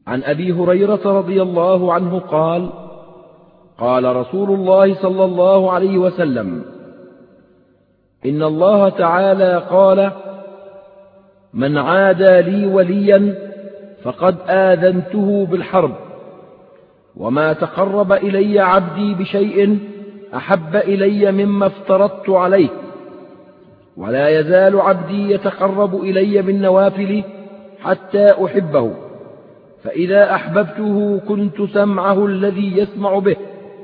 عن أبي هريرة رضي الله عنه قال: قال رسول الله صلى الله عليه وسلم: إن الله تعالى قال: من عادى لي وليا فقد آذنته بالحرب، وما تقرب إلي عبدي بشيء أحب إلي مما افترضت عليه، ولا يزال عبدي يتقرب إلي بالنوافل حتى أحبه، فإذا أحببته كنت سمعه الذي يسمع به،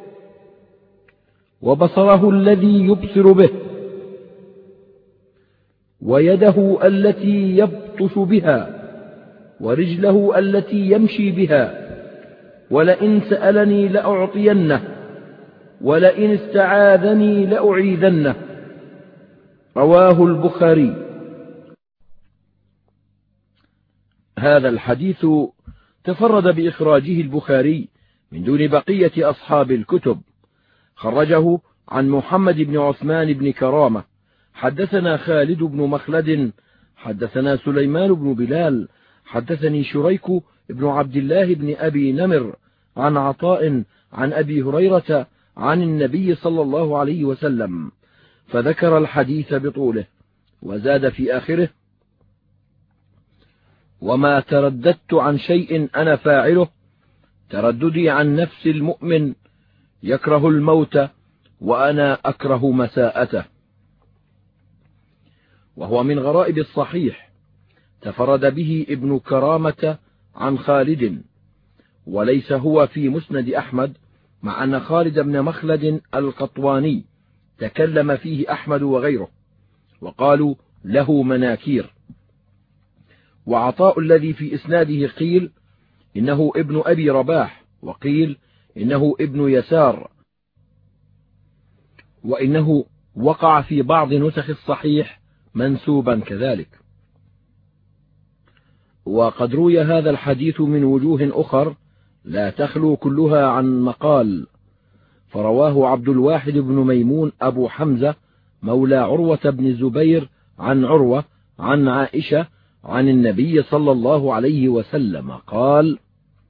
وبصره الذي يبصر به، ويده التي يبطش بها، ورجله التي يمشي بها، ولئن سألني لأعطينه، ولئن استعاذني لأعيذنه. رواه البخاري. هذا الحديث تفرد بإخراجه البخاري من دون بقية أصحاب الكتب. خرجه عن محمد بن عثمان بن كرامة. حدثنا خالد بن مخلد حدثنا سليمان بن بلال حدثني شريك بن عبد الله بن أبي نمر عن عطاء عن أبي هريرة عن النبي صلى الله عليه وسلم، فذكر الحديث بطوله، وزاد في آخره: وما ترددت عن شيء أنا فاعله ترددي عن نفس المؤمن يكره الموت وأنا أكره مساءته. وهو من غرائب الصحيح، تفرد به ابن كرامة عن خالد، وليس هو في مسند أحمد، مع أن خالد بن مخلد القطواني تكلم فيه أحمد وغيره، وقالوا له مناكير. وعطاء الذي في إسناده قيل إنه ابن أبي رباح، وقيل إنه ابن يسار، وإنه وقع في بعض نسخ الصحيح منسوبا كذلك. وقد روي هذا الحديث من وجوه أخر لا تخلو كلها عن مقال، فرواه عبد الواحد بن ميمون أبو حمزة مولى عروة بن الزبير عن عروة عن عائشة عن النبي صلى الله عليه وسلم قال: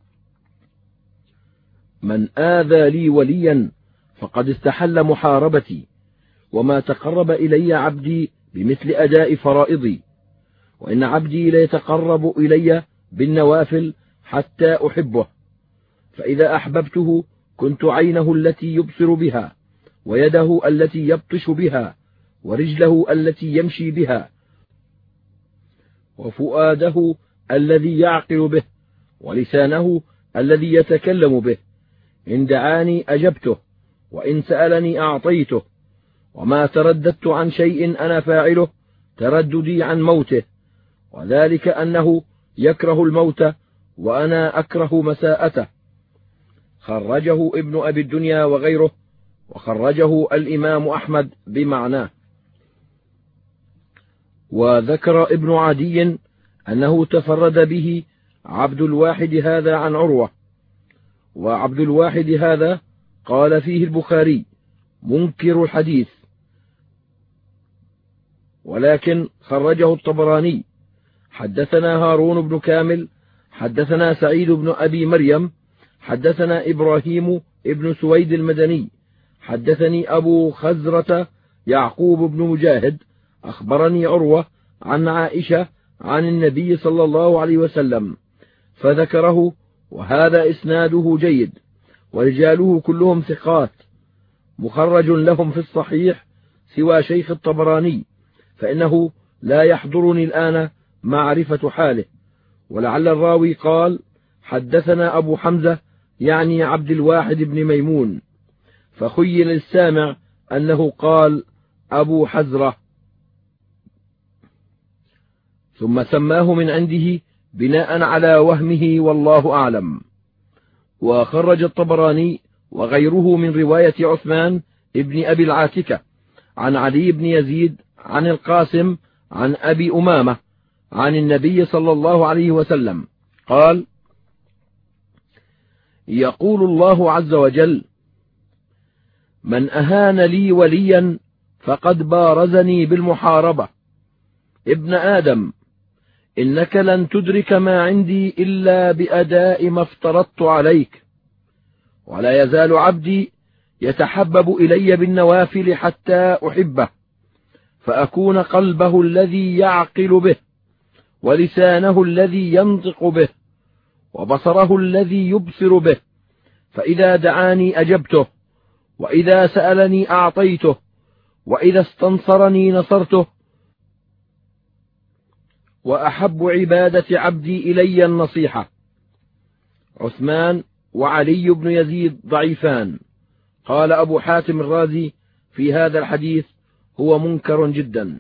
من آذى لي وليا فقد استحل محاربتي، وما تقرب إلي عبدي بمثل أداء فرائضي، وإن عبدي ليتقرب إلي بالنوافل حتى أحبه، فإذا أحببته كنت عينه التي يبصر بها، ويده التي يبطش بها، ورجله التي يمشي بها، وفؤاده الذي يعقل به، ولسانه الذي يتكلم به. إن دعاني أجبته، وإن سألني أعطيته. وما ترددت عن شيء أنا فاعله ترددي عن موته، وذلك أنه يكره الموت وأنا أكره مساءته. خرجه ابن أبي الدنيا وغيره، وخرجه الإمام أحمد بمعناه. وذكر ابن عدي أنه تفرد به عبد الواحد هذا عن عروة، وعبد الواحد هذا قال فيه البخاري منكر الحديث، ولكن خرجه الطبراني. حدثنا هارون بن كامل حدثنا سعيد بن أبي مريم حدثنا إبراهيم ابن سويد المدني حدثني أبو خزرة يعقوب بن مجاهد أخبرني عروة عن عائشة عن النبي صلى الله عليه وسلم فذكره، وهذا إسناده جيد، ورجاله كلهم ثقات، مخرج لهم في الصحيح سوى شيخ الطبراني، فإنه لا يحضرني الآن معرفة حاله، ولعل الراوي قال حدثنا أبو حمزة يعني عبد الواحد بن ميمون، فخيل السامع أنه قال أبو حزرة، ثم سماه من عنده بناء على وهمه والله أعلم. وخرج الطبراني وغيره من رواية عثمان ابن أبي العاتكة عن علي بن يزيد عن القاسم عن أبي أمامة عن النبي صلى الله عليه وسلم قال: يقول الله عز وجل: من أهان لي وليا فقد بارزني بالمحاربة. ابن آدم، إنك لن تدرك ما عندي إلا بأداء ما افترضت عليك، ولا يزال عبدي يتحبب إلي بالنوافل حتى أحبه، فأكون قلبه الذي يعقل به، ولسانه الذي ينطق به، وبصره الذي يبصر به، فإذا دعاني أجبته، وإذا سألني أعطيته، وإذا استنصرني نصرته. وأحب عبادة عبدي إلي النصيحة. عثمان وعلي بن يزيد ضعيفان. قال أبو حاتم الرازي في هذا الحديث: هو منكر جدا.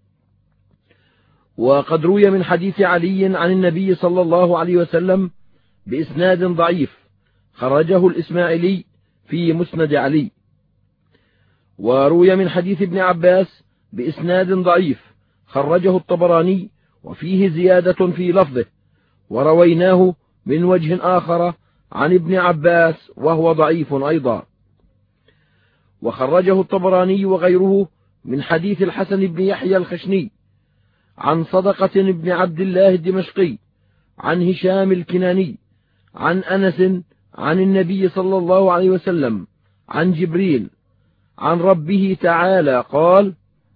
وقد روي من حديث علي عن النبي صلى الله عليه وسلم بإسناد ضعيف، خرجه الإسماعيلي في مسند علي. وروي من حديث ابن عباس بإسناد ضعيف، خرجه الطبراني، وفيه زيادة في لفظه، ورويناه من وجه آخر عن ابن عباس وهو ضعيف أيضا. وخرجه الطبراني وغيره من حديث الحسن بن يحيى الخشني عن صدقة بن عبد الله الدمشقي عن هشام الكناني عن أنس عن النبي صلى الله عليه وسلم عن جبريل عن ربه تعالى قال: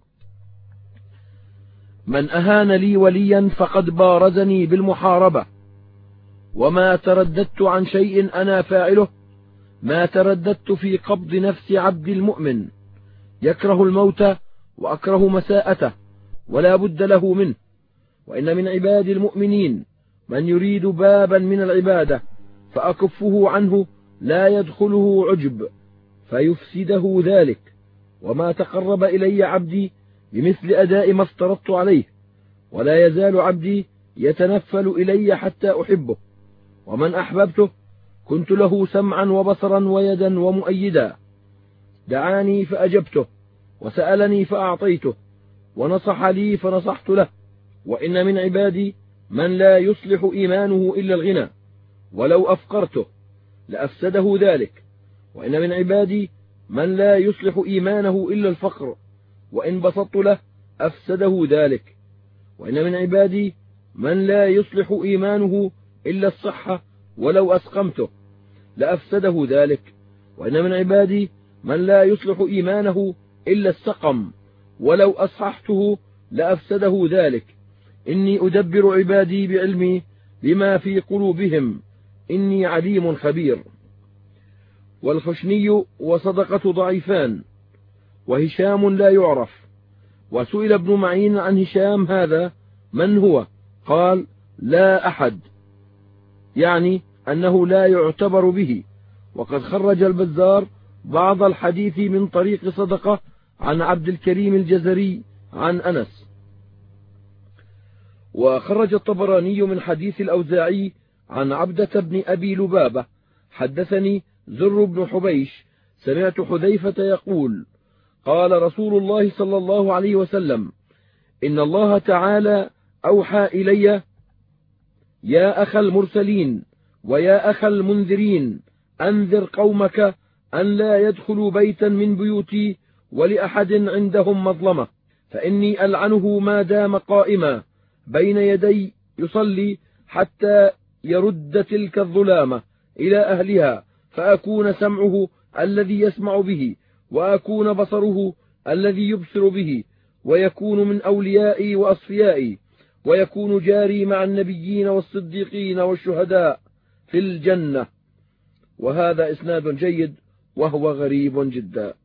من أهان لي وليا فقد بارزني بالمحاربة، وما ترددت عن شيء أنا فاعله ما ترددت في قبض نفس عبد المؤمن، يكره الموت وأكره مساءته ولا بد له منه. وإن من عباد المؤمنين من يريد بابا من العبادة فأكفه عنه لا يدخله عجب فيفسده ذلك، وما تقرب إلي عبدي بمثل أداء ما افترضت عليه، ولا يزال عبدي يتنفل إلي حتى أحبه، ومن أحببته كنت له سمعا وبصرا ويدا ومؤيدا، دعاني فأجبته، وسألني فأعطيته، ونصح لي فنصحت له. وإن من عبادي من لا يصلح إيمانه إلا الغنى، ولو أفقرته لأفسده ذلك. وإن من عبادي من لا يصلح إيمانه إلا الفقر، وإن بسطت له أفسده ذلك. وإن من عبادي من لا يصلح إيمانه إلا الصحة، ولو أسقمته لأفسده ذلك. وإن من عبادي من لا يصلح إيمانه إلا السقم، ولو أصححته لأفسده ذلك. إني أدبر عبادي بعلمي بما في قلوبهم، إني عليم خبير. والخشني وصدقة ضعيفان، وهشام لا يعرف. وسئل ابن معين عن هشام هذا من هو؟ قال: لا أحد، يعني أنه لا يعتبر به. وقد خرج البزار بعض الحديث من طريق صدقة عن عبد الكريم الجزري عن أنس. وخرج الطبراني من حديث الأوزاعي عن عبدة بن أبي لبابة: حدثني زر بن حبيش سمعت حذيفة يقول: قال رسول الله صلى الله عليه وسلم: إن الله تعالى أوحى إلي: يا أخ المرسلين ويا أخ المنذرين، أنذر قومك أن لا يدخلوا بيتا من بيوتي ولأحد عندهم مظلمة، فإني ألعنه ما دام قائما بين يدي يصلي حتى يرد تلك الظلامة إلى أهلها، فأكون سمعه الذي يسمع به، وأكون بصره الذي يبصر به، ويكون من أوليائي وأصفيائي، ويكون جاري مع النبيين والصديقين والشهداء في الجنة. وهذا إسناد جيد وهو غريب جدا.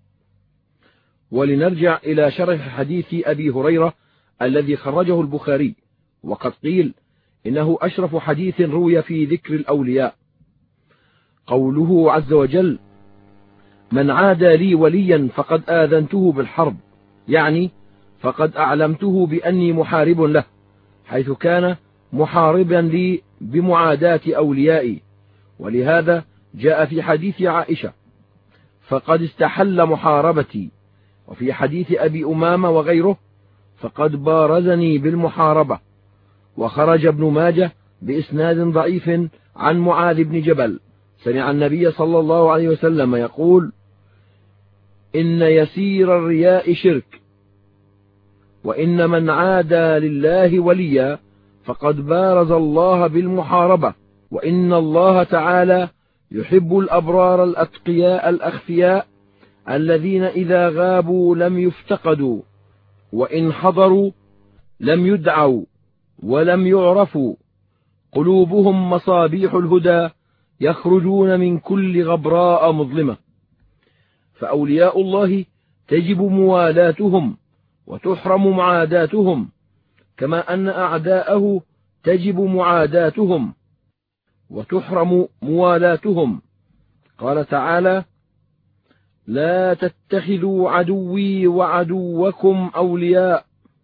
ولنرجع إلى شرح حديث أبي هريرة الذي خرجه البخاري. وقد قيل إنه أشرف حديث روي في ذكر الأولياء. قوله عز وجل: من عادى لي وليا فقد آذنته بالحرب، يعني فقد أعلمته بأني محارب له، حيث كان محاربا لي بمعاداة أوليائي. ولهذا جاء في حديث عائشة: فقد استحل محاربتي. وفي حديث أبي أمامة وغيره: فقد بارزني بالمحاربة. وخرج ابن ماجه بإسناد ضعيف عن معاذ بن جبل سمع النبي صلى الله عليه وسلم يقول: إن يسير الرياء شرك، وإن من عادى لله وليا فقد بارز الله بالمحاربة. وإن الله تعالى يحب الأبرار الأتقياء الأخفياء الذين إذا غابوا لم يفتقدوا، وإن حضروا لم يدعوا ولم يعرفوا، قلوبهم مصابيح الهدى يخرجون من كل غبراء مظلمة. فأولياء الله تجب موالاتهم وتحرم معاداتهم، كما أن أعداءه تجب معاداتهم وتحرم موالاتهم. قال تعالى: لا تتخذوا عدوي وعدوكم أولياء.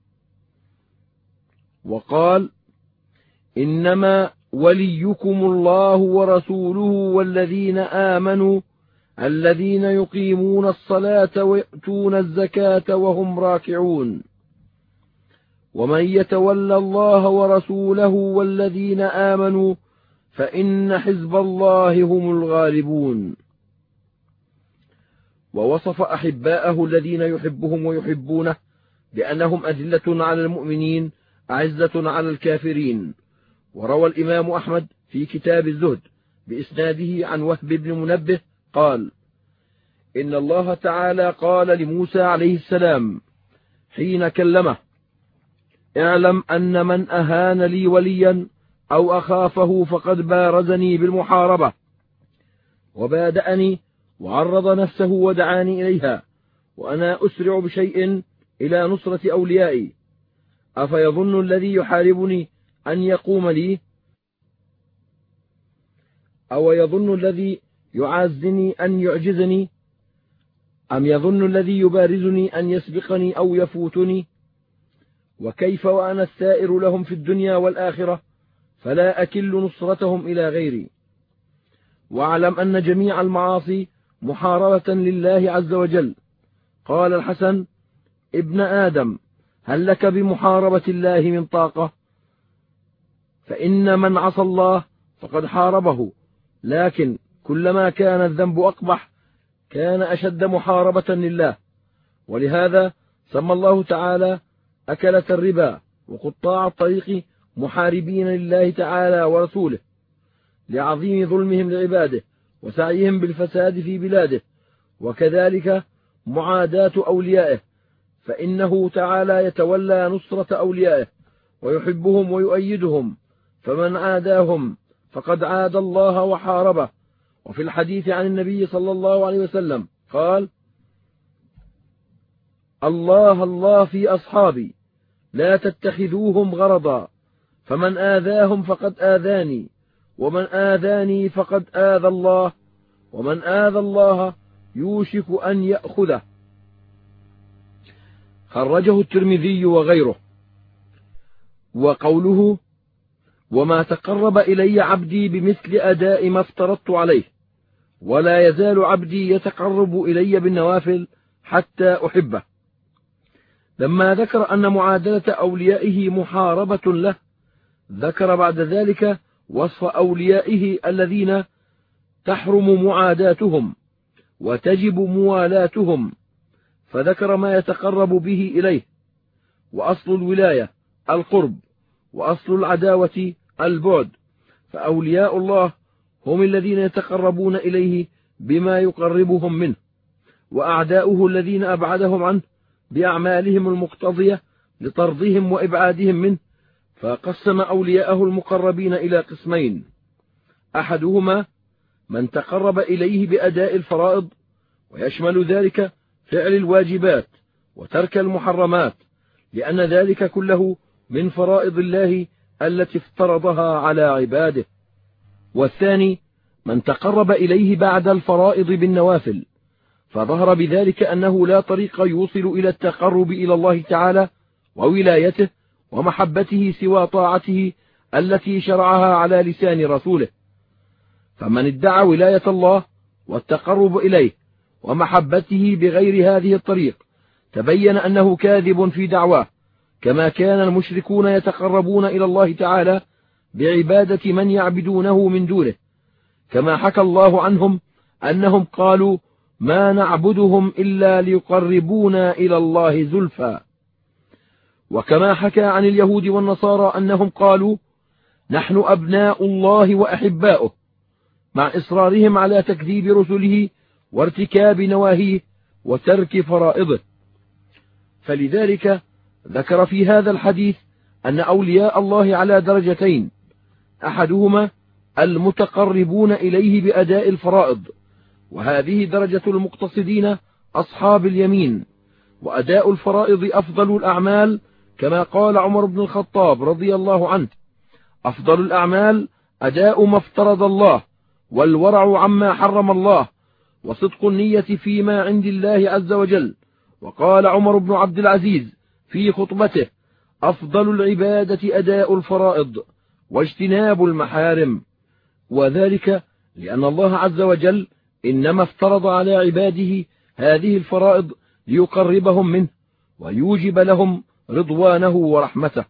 وقال: إنما وليكم الله ورسوله والذين آمنوا الذين يقيمون الصلاة ويؤتون الزكاة وهم راكعون. ومن يتول الله ورسوله والذين آمنوا فإن حزب الله هم الغالبون. ووصف أحباءه الذين يحبهم ويحبونه بأنهم أذلة على المؤمنين أعزة على الكافرين. وروى الإمام أحمد في كتاب الزهد بإسناده عن وهب بن منبه قال: إن الله تعالى قال لموسى عليه السلام حين كلمه: اعلم أن من أهان لي وليا أو أخافه فقد بارزني بالمحاربة وبادأني وعرض نفسه ودعاني إليها، وأنا أسرع بشيء إلى نصرة أوليائي. أفيظن الذي يحاربني أن يقوم لي؟ أو يظن الذي يعازني أن يعجزني؟ أم يظن الذي يبارزني أن يسبقني أو يفوتني؟ وكيف وأنا السائر لهم في الدنيا والآخرة، فلا أكل نصرتهم إلى غيري. واعلم أن جميع المعاصي محاربة لله عز وجل. قال الحسن: ابن آدم، هل لك بمحاربة الله من طاقة؟ فإن من عصى الله فقد حاربه، لكن كلما كان الذنب أقبح كان أشد محاربة لله. ولهذا سمى الله تعالى أكلة الربا وقطاع الطريق محاربين لله تعالى ورسوله، لعظيم ظلمهم لعباده وسعيهم بالفساد في بلاده، وكذلك معاداة أوليائه، فإنه تعالى يتولى نصرة أوليائه ويحبهم ويؤيدهم، فمن عاداهم فقد عاد الله وحاربه. وفي الحديث عن النبي صلى الله عليه وسلم قال: الله الله في أصحابي لا تتخذوهم غرضا، فمن آذاهم فقد آذاني، ومن آذاني فقد آذى الله، ومن آذى الله يوشك أن يأخذه. خرجه الترمذي وغيره. وقوله: وما تقرب إلي عبدي بمثل أداء ما افترضت عليه، ولا يزال عبدي يتقرب إلي بالنوافل حتى أحبه. لما ذكر أن معادلة أوليائه محاربة له، ذكر بعد ذلك وصف أوليائه الذين تحرم معاداتهم وتجب موالاتهم، فذكر ما يتقرب به إليه. وأصل الولاية القرب، وأصل العداوة البعد، فأولياء الله هم الذين يتقربون إليه بما يقربهم منه، وأعداؤه الذين أبعدهم عنه بأعمالهم المقتضية لطردهم وإبعادهم منه. فقسم أولياءه المقربين إلى قسمين: أحدهما من تقرب إليه بأداء الفرائض، ويشمل ذلك فعل الواجبات وترك المحرمات، لأن ذلك كله من فرائض الله التي افترضها على عباده. والثاني من تقرب إليه بعد الفرائض بالنوافل، فظهر بذلك أنه لا طريق يوصل إلى التقرب إلى الله تعالى وولايته ومحبته سوى طاعته التي شرعها على لسان رسوله. فمن ادعى ولاية الله والتقرب إليه ومحبته بغير هذه الطريق تبين أنه كاذب في دعواه، كما كان المشركون يتقربون إلى الله تعالى بعبادة من يعبدونه من دونه، كما حكى الله عنهم أنهم قالوا: ما نعبدهم إلا ليقربونا إلى الله زلفى. وكما حكى عن اليهود والنصارى أنهم قالوا نحن أبناء الله وأحباؤه، مع إصرارهم على تكذيب رسله وارتكاب نواهيه وترك فرائضه. فلذلك ذكر في هذا الحديث أن أولياء الله على درجتين، أحدهما المتقربون إليه بأداء الفرائض، وهذه درجة المقتصدين أصحاب اليمين، وأداء الفرائض أفضل الأعمال، كما قال عمر بن الخطاب رضي الله عنه: أفضل الأعمال أداء ما افترض الله، والورع عما حرم الله، وصدق النية فيما عند الله عز وجل. وقال عمر بن عبد العزيز في خطبته: أفضل العبادة أداء الفرائض واجتناب المحارم، وذلك لأن الله عز وجل إنما افترض على عباده هذه الفرائض ليقربهم منه ويوجب لهم رضوانه ورحمته.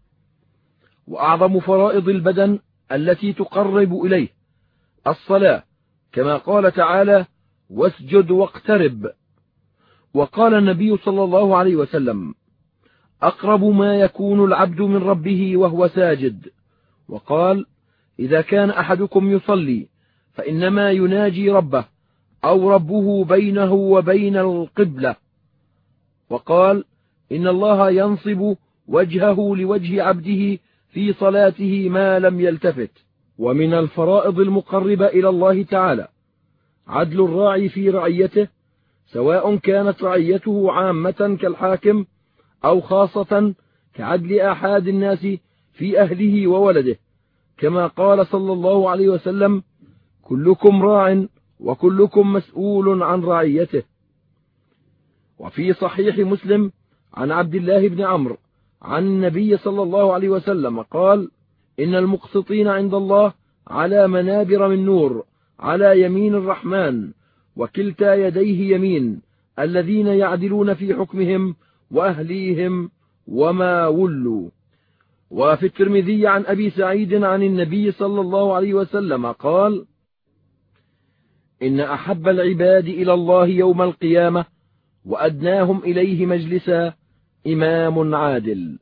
وأعظم فرائض البدن التي تقرب إليه الصلاة، كما قال تعالى: واسجد واقترب. وقال النبي صلى الله عليه وسلم: أقرب ما يكون العبد من ربه وهو ساجد. وقال: إذا كان أحدكم يصلي فإنما يناجي ربه، أو ربه بينه وبين القبلة. وقال: إن الله ينصب وجهه لوجه عبده في صلاته ما لم يلتفت. ومن الفرائض المقربة إلى الله تعالى عدل الراعي في رعيته، سواء كانت رعيته عامة كالحاكم أو خاصة كعدل أحد الناس في أهله وولده، كما قال صلى الله عليه وسلم: كلكم راع وكلكم مسؤول عن رعيته. وفي صحيح مسلم عن عبد الله بن عمرو عن النبي صلى الله عليه وسلم قال: إن المقسطين عند الله على منابر من نور على يمين الرحمن، وكلتا يديه يمين، الذين يعدلون في حكمهم وأهليهم وما ولوا. وفي الترمذي عن أبي سعيد عن النبي صلى الله عليه وسلم قال: إن أحب العباد إلى الله يوم القيامة وأدناهم إليه مجلسا إمام عادل.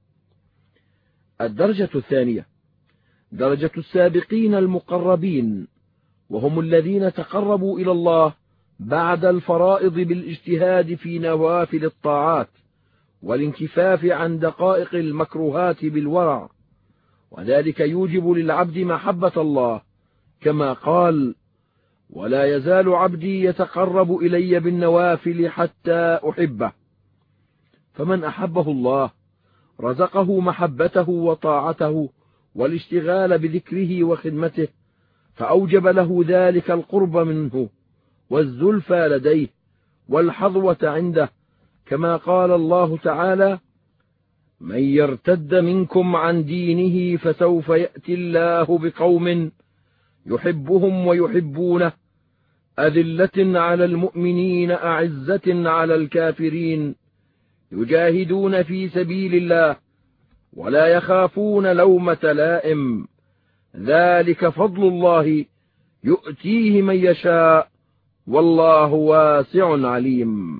الدرجة الثانية درجة السابقين المقربين، وهم الذين تقربوا إلى الله بعد الفرائض بالاجتهاد في نوافل الطاعات والانكفاف عن دقائق المكروهات بالورع، وذلك يوجب للعبد محبة الله، كما قال: ولا يزال عبدي يتقرب إلي بالنوافل حتى أحبه. فمن أحبه الله رزقه محبته وطاعته والاشتغال بذكره وخدمته، فأوجب له ذلك القرب منه والزلفى لديه والحظوة عنده، كما قال الله تعالى: من يرتد منكم عن دينه فسوف يأتي الله بقوم يحبهم ويحبونه، أذلة على المؤمنين أعزة على الكافرين، يجاهدون في سبيل الله ولا يخافون لومة لائم، ذلك فضل الله يؤتيه من يشاء والله واسع عليم.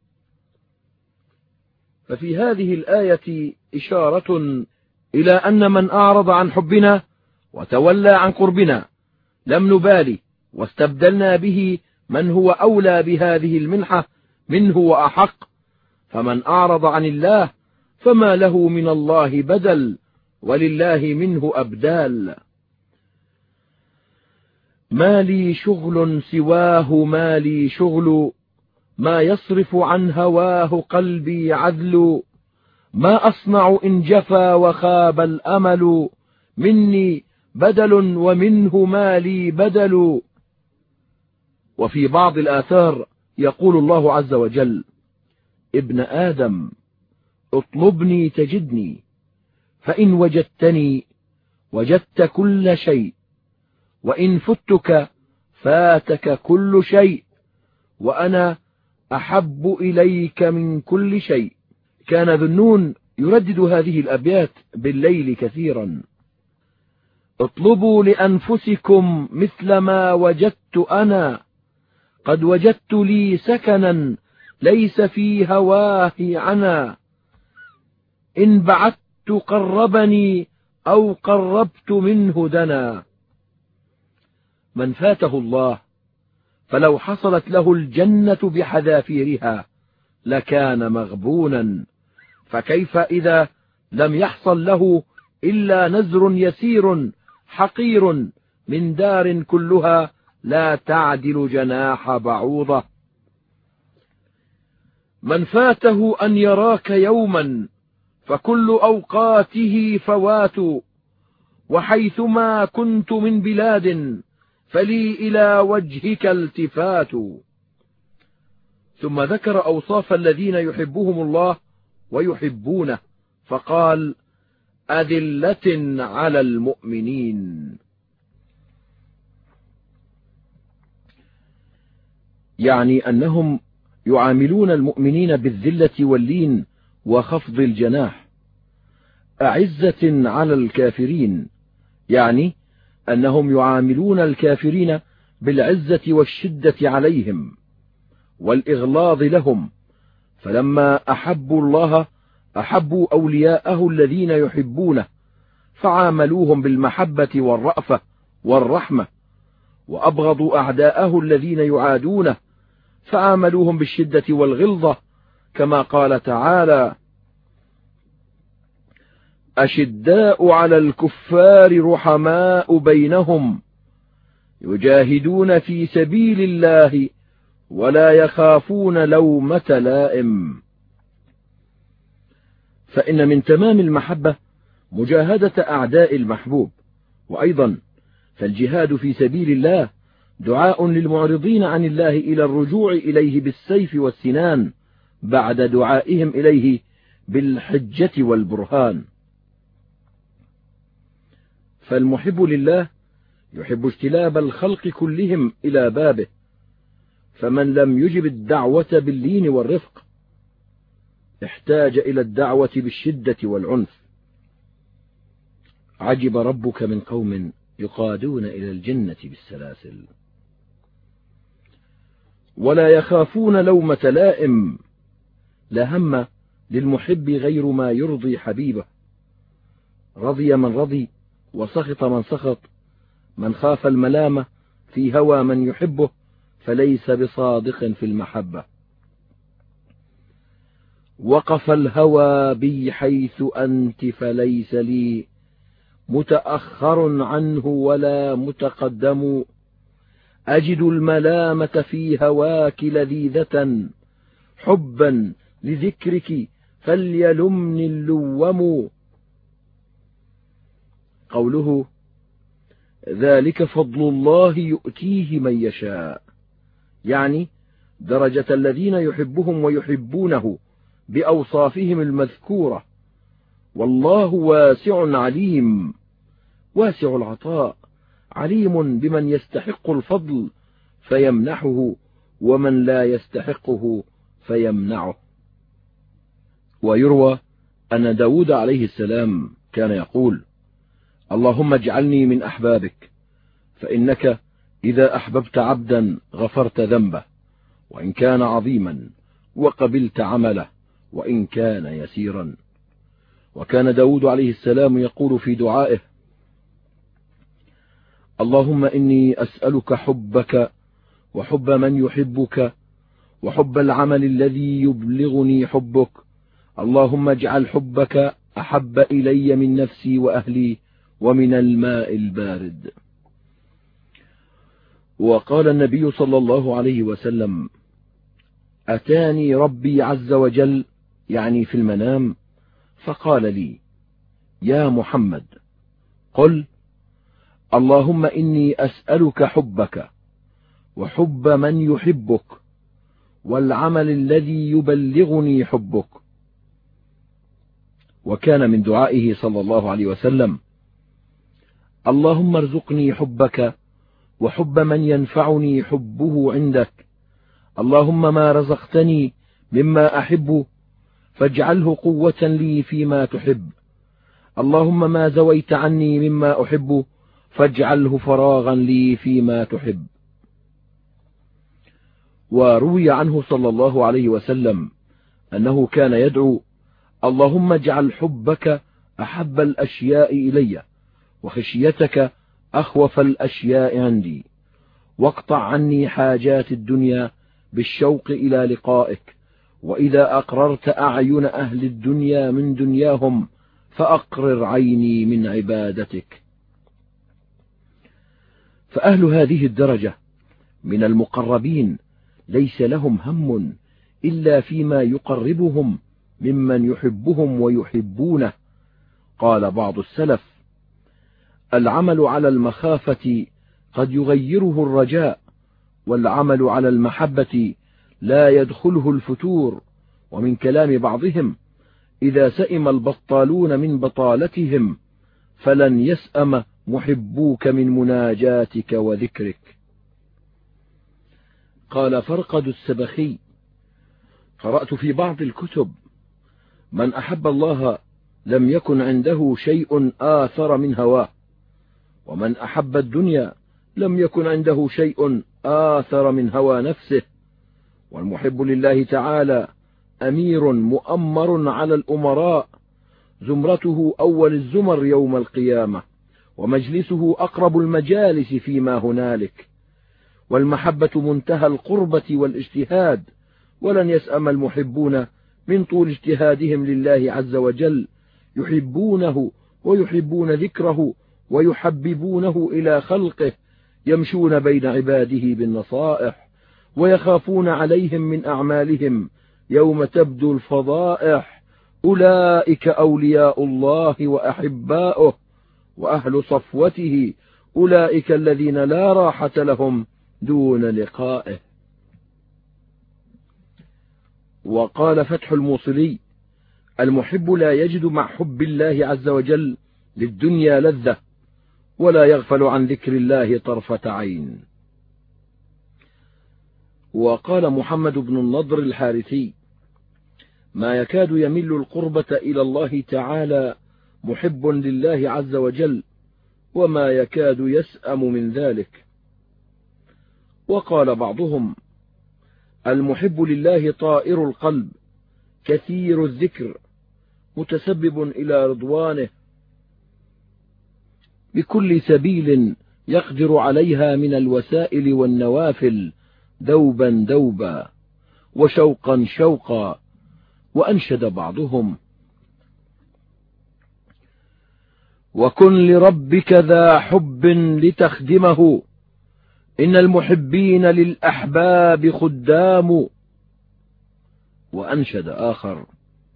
ففي هذه الآية إشارة إلى أن من أعرض عن حبنا وتولى عن قربنا لم نبالي، واستبدلنا به من هو أولى بهذه المنحة منه وأحق. فمن أعرض عن الله فما له من الله بدل، ولله منه أبدال. ما لي شغل سواه ما لي شغل، ما يصرف عن هواه قلبي عذل، ما أصنع إن جفا وخاب الأمل، مني بدل ومنه ما لي بدل. وفي بعض الآثار يقول الله عز وجل: ابن آدم اطلبني تجدني، فإن وجدتني وجدت كل شيء، وإن فتك فاتك كل شيء، وأنا أحب إليك من كل شيء. كان ذنون يردد هذه الأبيات بالليل كثيرا: اطلبوا لأنفسكم مثل ما وجدت أنا، قد وجدت لي سكنا ليس في هواه عنا، إن بعدت قربني أو قربت منه دنا. من فاته الله فلو حصلت له الجنة بحذافيرها لكان مغبونا، فكيف إذا لم يحصل له إلا نزر يسير حقير من دار كلها لا تعدل جناح بعوضة. من فاته أن يراك يوما فكل أوقاته فوات، وحيثما كنت من بلاد فلي إلى وجهك التفات. ثم ذكر أوصاف الذين يحبهم الله ويحبونه فقال: أذلة على المؤمنين، يعني أنهم يعاملون المؤمنين بالذلة واللين وخفض الجناح. أعزة على الكافرين، يعني أنهم يعاملون الكافرين بالعزة والشدة عليهم والإغلاظ لهم، فلما أحبوا الله أحبوا أولياءه الذين يحبونه فعاملوهم بالمحبة والرأفة والرحمة، وأبغضوا أعداءه الذين يعادونه فعاملوهم بالشدة والغلظة، كما قال تعالى: أشداء على الكفار رحماء بينهم يجاهدون في سبيل الله ولا يخافون لومة لائم. فإن من تمام المحبة مجاهدة أعداء المحبوب، وأيضا فالجهاد في سبيل الله دعاء للمعرضين عن الله إلى الرجوع إليه بالسيف والسنان بعد دعائهم إليه بالحجة والبرهان. فالمحب لله يحب اجتلاب الخلق كلهم إلى بابه، فمن لم يجب الدعوة باللين والرفق احتاج إلى الدعوة بالشدة والعنف. عجب ربك من قوم يقادون إلى الجنة بالسلاسل ولا يخافون لومة لائم. لا هم للمحب غير ما يرضي حبيبه، رضي من رضي وسخط من سخط. من خاف الملامة في هوى من يحبه فليس بصادق في المحبة. وقف الهوى بي حيث أنت فليس لي متأخر عنه ولا متقدم. أجد الملامة في هواك لذيذة حبا لذكرك فليلمني اللوم. قوله ذلك فضل الله يؤتيه من يشاء، يعني درجة الذين يحبهم ويحبونه بأوصافهم المذكورة. والله واسع عليم، واسع العطاء، عليم بمن يستحق الفضل فيمنحه ومن لا يستحقه فيمنعه. ويروى أن داود عليه السلام كان يقول: اللهم اجعلني من أحبابك، فإنك إذا أحببت عبدا غفرت ذنبه وإن كان عظيما، وقبلت عمله وإن كان يسيرا. وكان داود عليه السلام يقول في دعائه: اللهم إني أسألك حبك وحب من يحبك وحب العمل الذي يبلغني حبك. اللهم اجعل حبك أحب إلي من نفسي وأهلي ومن الماء البارد. وقال النبي صلى الله عليه وسلم: أتاني ربي عز وجل، يعني في المنام، فقال لي: يا محمد قل اللهم إني أسألك حبك وحب من يحبك والعمل الذي يبلغني حبك. وكان من دعائه صلى الله عليه وسلم: اللهم ارزقني حبك وحب من ينفعني حبه عندك. اللهم ما رزقتني مما أحب فاجعله قوة لي فيما تحب. اللهم ما زويت عني مما أحب فاجعله فراغا لي فيما تحب. وروي عنه صلى الله عليه وسلم أنه كان يدعو: اللهم اجعل حبك أحب الأشياء إلي، وخشيتك أخوف الأشياء عندي، واقطع عني حاجات الدنيا بالشوق إلى لقائك، وإذا أقررت أعين أهل الدنيا من دنياهم فأقرر عيني من عبادتك. فأهل هذه الدرجة من المقربين ليس لهم هم إلا فيما يقربهم ممن يحبهم ويحبونه. قال بعض السلف: العمل على المخافة قد يغيره الرجاء، والعمل على المحبة لا يدخله الفتور. ومن كلام بعضهم: إذا سئم البطالون من بطالتهم فلن يسأم محبوك من مناجاتك وذكرك. قال فرقد السبخي: قرأت في بعض الكتب: من أحب الله لم يكن عنده شيء آثر من هواه، ومن أحب الدنيا لم يكن عنده شيء آثر من هوى نفسه. والمحب لله تعالى أمير مؤمر على الأمراء، زمرته أول الزمر يوم القيامة، ومجلسه أقرب المجالس فيما هنالك. والمحبة منتهى القربة والاجتهاد، ولن يسأم المحبون من طول اجتهادهم لله عز وجل، يحبونه ويحبون ذكره ويحببونه إلى خلقه، يمشون بين عباده بالنصائح، ويخافون عليهم من أعمالهم يوم تبدو الفضائح. أولئك أولياء الله وأحباؤه، وأهل صفوته أولئك الذين لا راحة لهم دون لقائه. وقال فتح الموصلي: المحب لا يجد مع حب الله عز وجل للدنيا لذة، ولا يغفل عن ذكر الله طرفة عين. وقال محمد بن النضر الحارثي: ما يكاد يمل القربة إلى الله تعالى محب لله عز وجل، وما يكاد يسأم من ذلك. وقال بعضهم: المحب لله طائر القلب كثير الذكر متسبب إلى رضوانه، بكل سبيل يقدر عليها من الوسائل والنوافل، دوبا دوبا وشوقا شوقا. وأنشد بعضهم: وكن لربك ذا حب لتخدمه، إن المحبين للأحباب خدام. وأنشد آخر: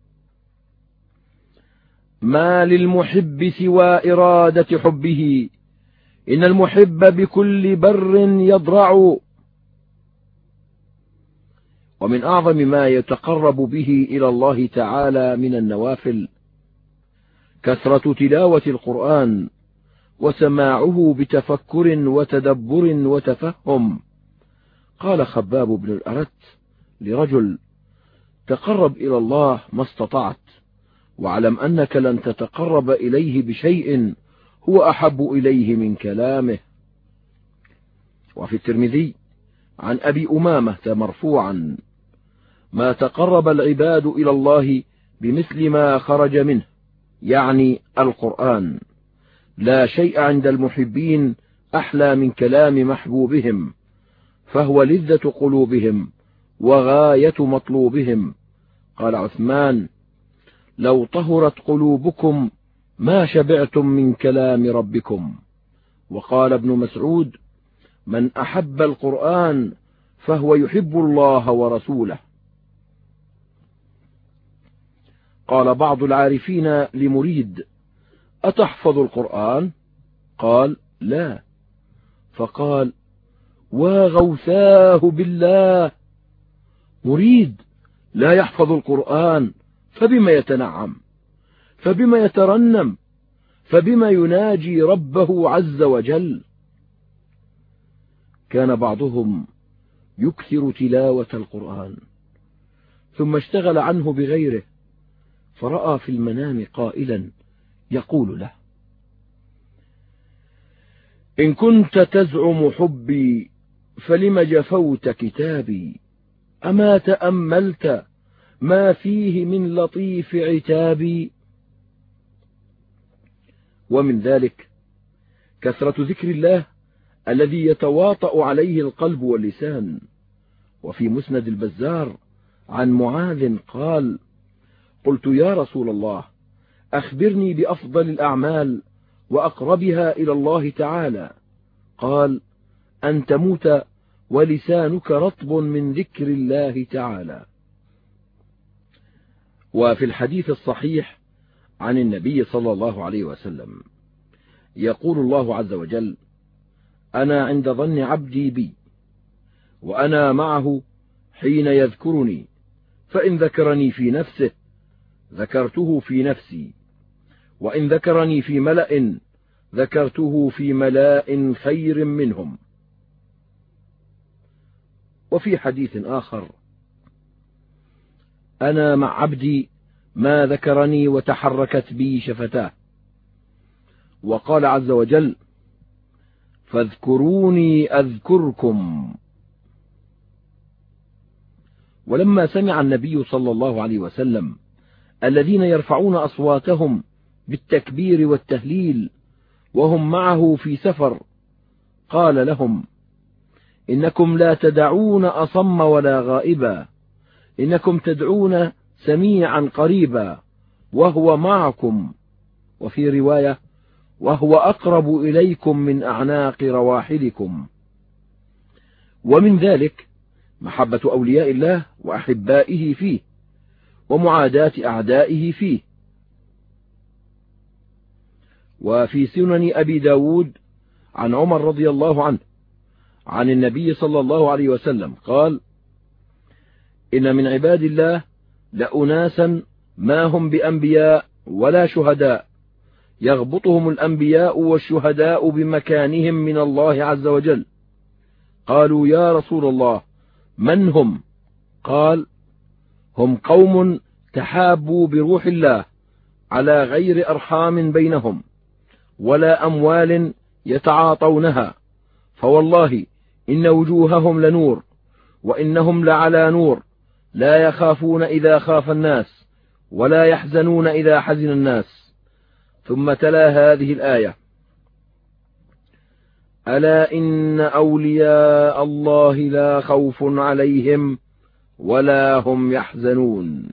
ما للمحب سوى إرادة حبه، إن المحب بكل بر يضرع. ومن أعظم ما يتقرب به إلى الله تعالى من النوافل كثرة تلاوة القرآن، وسماعه بتفكر وتدبر وتفهم. قال خباب بن الأرت لرجل: تقرب إلى الله ما استطعت، واعلم أنك لن تتقرب إليه بشيء هو أحب إليه من كلامه. وفي الترمذي عن أبي أمامة مرفوعا: ما تقرب العباد إلى الله بمثل ما خرج منه، يعني القرآن. لا شيء عند المحبين أحلى من كلام محبوبهم، فهو لذة قلوبهم وغاية مطلوبهم. قال عثمان: لو طهرت قلوبكم ما شبعتم من كلام ربكم. وقال ابن مسعود: من أحب القرآن فهو يحب الله ورسوله. قال بعض العارفين لمريد: أتحفظ القرآن؟ قال: لا. فقال: وغوثاه بالله، مريد لا يحفظ القرآن فبما يتنعم، فبما يترنم، فبما يناجي ربه عز وجل. كان بعضهم يكثر تلاوة القرآن ثم اشتغل عنه بغيره، فرأى في المنام قائلا يقول له: إن كنت تزعم حبي فلم جفوت كتابي، أما تأملت ما فيه من لطيف عتابي. ومن ذلك كثرة ذكر الله الذي يتواطأ عليه القلب واللسان. وفي مسند البزار عن معاذ قال: قلت يا رسول الله أخبرني بأفضل الأعمال وأقربها إلى الله تعالى. قال: أن تموت ولسانك رطب من ذكر الله تعالى. وفي الحديث الصحيح عن النبي صلى الله عليه وسلم يقول الله عز وجل: أنا عند ظن عبدي بي وأنا معه حين يذكرني، فإن ذكرني في نفسه ذكرته في نفسي، وإن ذكرني في ملأ ذكرته في ملاء خير منهم. وفي حديث آخر: أنا مع عبدي ما ذكرني وتحركت بي شفتاه. وقال عز وجل: فاذكروني أذكركم. ولما سمع النبي صلى الله عليه وسلم الذين يرفعون أصواتهم بالتكبير والتهليل وهم معه في سفر، قال لهم: إنكم لا تدعون أصم ولا غائبا، إنكم تدعون سميعا قريبا وهو معكم، وفي رواية: وهو أقرب إليكم من أعناق رواحلكم. ومن ذلك محبة أولياء الله وأحبائه فيه، ومعاداة أعدائه فيه. وفي سنن أبي داود عن عمر رضي الله عنه عن النبي صلى الله عليه وسلم قال: إن من عباد الله لأناسا ما هم بأنبياء ولا شهداء، يغبطهم الأنبياء والشهداء بمكانهم من الله عز وجل. قالوا: يا رسول الله من هم؟ قال: هم قوم تحابوا بروح الله على غير أرحام بينهم ولا أموال يتعاطونها، فوالله إن وجوههم لنور وإنهم لعلى نور، لا يخافون إذا خاف الناس ولا يحزنون إذا حزن الناس. ثم تلا هذه الآية: ألا إن أولياء الله لا خوف عليهم ولا هم يحزنون.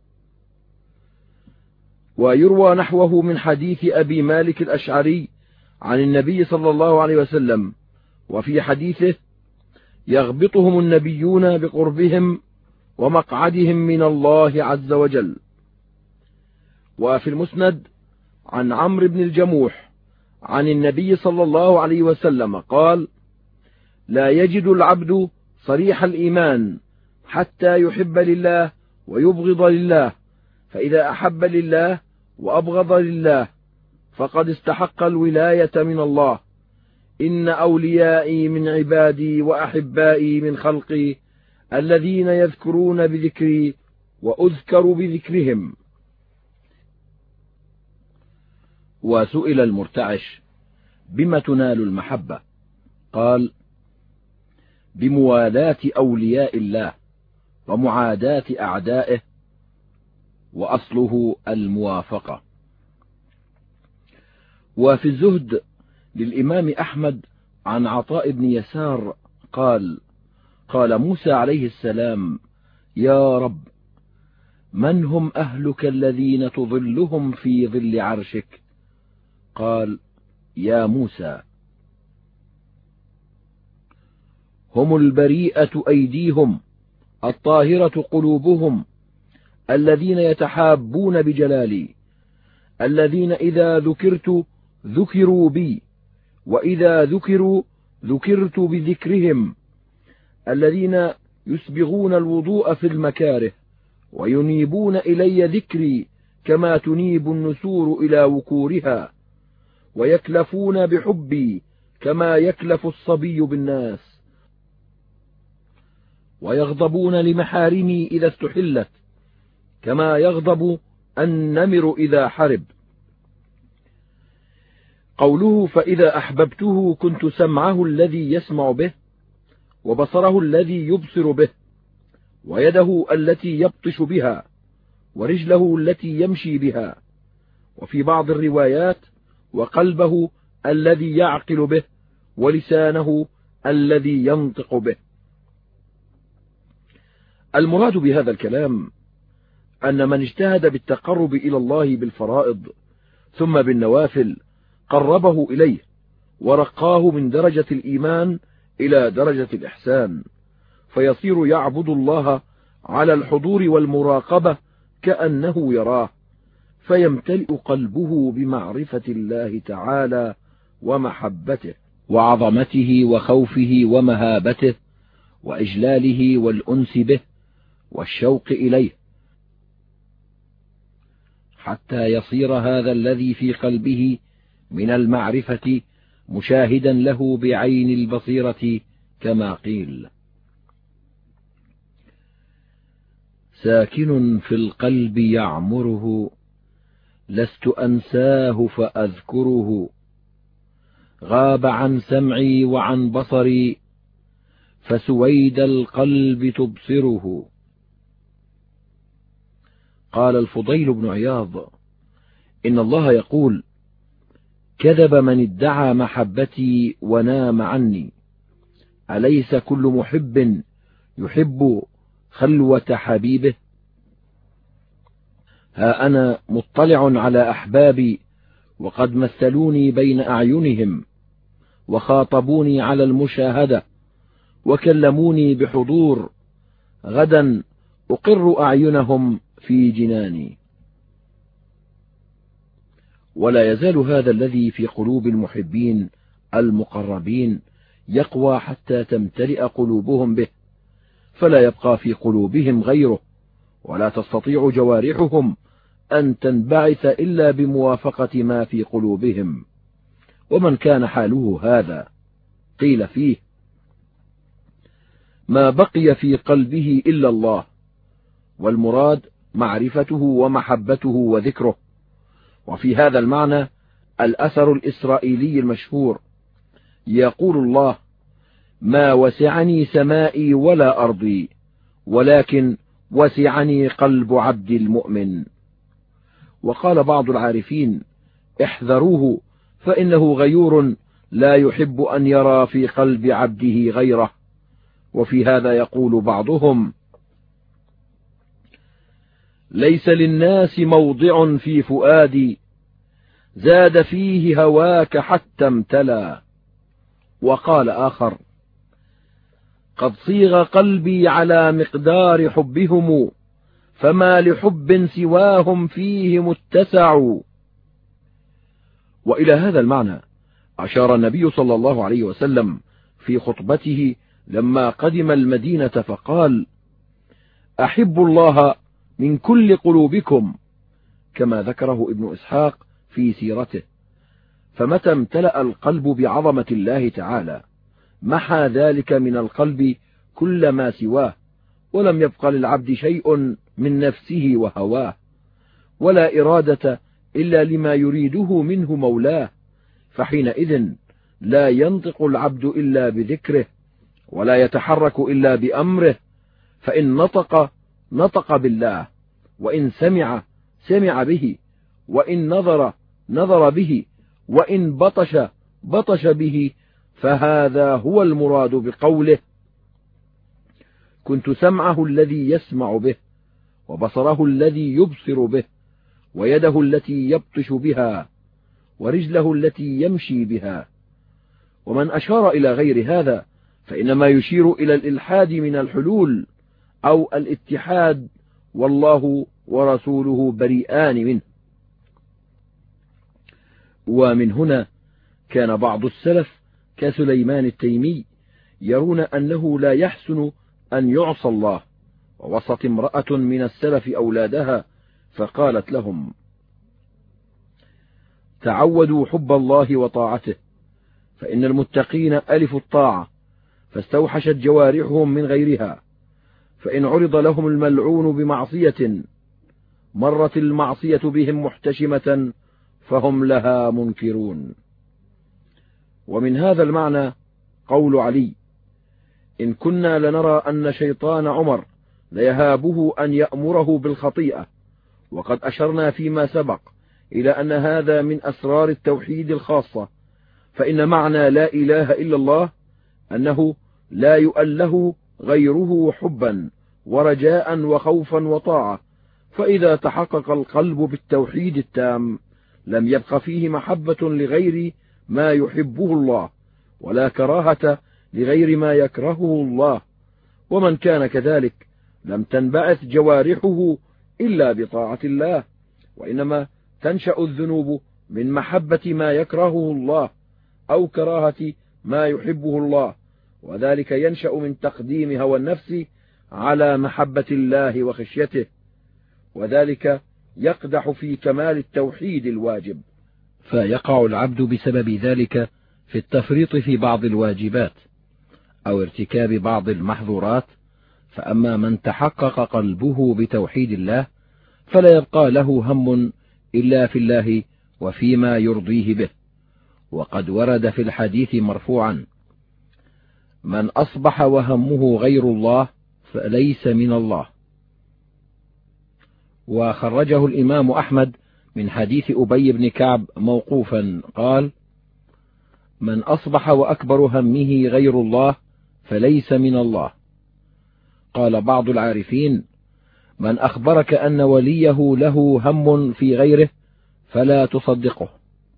ويروى نحوه من حديث أبي مالك الأشعري عن النبي صلى الله عليه وسلم، وفي حديثه: يغبطهم النبيون بقربهم ومقعدهم من الله عز وجل. وفي المسند عن عمرو بن الجموح عن النبي صلى الله عليه وسلم قال: لا يجد العبد صريح الإيمان حتى يحب لله ويبغض لله، فإذا أحب لله وأبغض لله فقد استحق الولاية من الله. إن أوليائي من عبادي وأحبائي من خلقي الذين يذكرون بذكري وأذكر بذكرهم. وسئل المرتعش: بما تنال المحبة؟ قال: بموالاة أولياء الله ومعاداة أعدائه، وأصله الموافقة. وفي الزهد للإمام أحمد عن عطاء بن يسار قال: قال موسى عليه السلام: يا رب، من هم أهلك الذين تظلهم في ظل عرشك؟ قال: يا موسى، هم البريئة أيديهم الطاهرة قلوبهم، الذين يتحابون بجلالي، الذين إذا ذكرت ذكروا بي، وإذا ذكروا ذكرت بذكرهم، الذين يسبغون الوضوء في المكاره وينيبون إلي ذكري كما تنيب النسور إلى وكورها، ويكلفون بحبي كما يكلف الصبي بالناس، ويغضبون لمحارمي إذا استحلت كما يغضب النمر إذا حرب. قوله: فإذا أحببته كنت سمعه الذي يسمع به وبصره الذي يبصر به ويده التي يبطش بها، ورجله التي يمشي بها. وفي بعض الروايات وقلبه الذي يعقل به، ولسانه الذي ينطق به. المراد بهذا الكلام أن من اجتهد بالتقرب إلى الله بالفرائض ثم بالنوافل قربه إليه، ورقاه من درجة الإيمان إلى درجة الإحسان، فيصير يعبد الله على الحضور والمراقبة كأنه يراه، فيمتلئ قلبه بمعرفة الله تعالى ومحبته وعظمته وخوفه ومهابته وإجلاله والأنس به والشوق إليه، حتى يصير هذا الذي في قلبه من المعرفة مشاهدا له بعين البصيرة، كما قيل: ساكن في القلب يعمره، لست أنساه فأذكره، غاب عن سمعي وعن بصري، فسويد القلب تبصره. قال الفضيل بن عياض: إن الله يقول: كذب من ادعى محبتي ونام عني، أليس كل محب يحب خلوة حبيبه؟ ها أنا مطلع على أحبابي، وقد مثلوني بين أعينهم، وخاطبوني على المشاهدة، وكلموني بحضور، غدا أقر أعينهم في جناني. ولا يزال هذا الذي في قلوب المحبين المقربين يقوى حتى تمتلئ قلوبهم به، فلا يبقى في قلوبهم غيره، ولا تستطيع جوارحهم أن تنبعث إلا بموافقة ما في قلوبهم. ومن كان حاله هذا قيل فيه: ما بقي في قلبه إلا الله، والمراد معرفته ومحبته وذكره. وفي هذا المعنى الأثر الإسرائيلي المشهور: يقول الله: ما وسعني سمائي ولا أرضي، ولكن وسعني قلب عبد المؤمن. وقال بعض العارفين: احذروه، فإنه غيور لا يحب أن يرى في قلب عبده غيره. وفي هذا يقول بعضهم: ليس للناس موضع في فؤادي، زاد فيه هواك حتى امتلى. وقال آخر: قد صيغ قلبي على مقدار حبهم، فما لحب سواهم فيه متسع. وإلى هذا المعنى أشار النبي صلى الله عليه وسلم في خطبته لما قدم المدينة فقال: أحبوا الله من كل قلوبكم، كما ذكره ابن إسحاق في سيرته. فمتى امتلأ القلب بعظمة الله تعالى محى ذلك من القلب كل ما سواه، ولم يبق للعبد شيء من نفسه وهواه، ولا إرادة إلا لما يريده منه مولاه، فحينئذ لا ينطق العبد إلا بذكره، ولا يتحرك إلا بأمره. فإن نطق نطق بالله، وإن سمع سمع به، وإن نظر نظر به، وإن بطش بطش به. فهذا هو المراد بقوله: كنت سمعه الذي يسمع به، وبصره الذي يبصر به، ويده التي يبطش بها، ورجله التي يمشي بها. ومن أشار إلى غير هذا فإنما يشير إلى الإلحاد من الحلول أو الاتحاد، والله ورسوله بريئان منه. ومن هنا كان بعض السلف كسليمان التيمي يرون أنه لا يحسن أن يعصى الله، ووصت امرأة من السلف أولادها فقالت لهم: تعودوا حب الله وطاعته، فإن المتقين ألفوا الطاعة، فاستوحشت جوارحهم من غيرها، فإن عرض لهم الملعون بمعصية مرت المعصية بهم محتشمة، فهم لها منكرون. ومن هذا المعنى قول علي: إن كنا لنرى أن شيطان عمر ليهابه أن يأمره بالخطيئة. وقد أشرنا فيما سبق إلى أن هذا من أسرار التوحيد الخاصة، فإن معنى لا إله إلا الله أنه لا يؤله غيره حبا ورجاء وخوفا وطاعة. فإذا تحقق القلب بالتوحيد التام لم يبق فيه محبة لغير ما يحبه الله، ولا كراهة لغير ما يكرهه الله. ومن كان كذلك لم تنبعث جوارحه إلا بطاعة الله، وإنما تنشأ الذنوب من محبة ما يكرهه الله أو كراهة ما يحبه الله، وذلك ينشأ من تقديم هوى النفس على محبة الله وخشيته، وذلك يقدح في كمال التوحيد الواجب، فيقع العبد بسبب ذلك في التفريط في بعض الواجبات أو ارتكاب بعض المحظورات. فأما من تحقق قلبه بتوحيد الله فلا يبقى له هم إلا في الله وفيما يرضيه به. وقد ورد في الحديث مرفوعا: من أصبح وهمه غير الله فليس من الله. وخرجه الإمام أحمد من حديث أبي بن كعب موقوفا قال: من أصبح وأكبر همه غير الله فليس من الله. قال بعض العارفين: من أخبرك أن وليه له هم في غيره فلا تصدقه.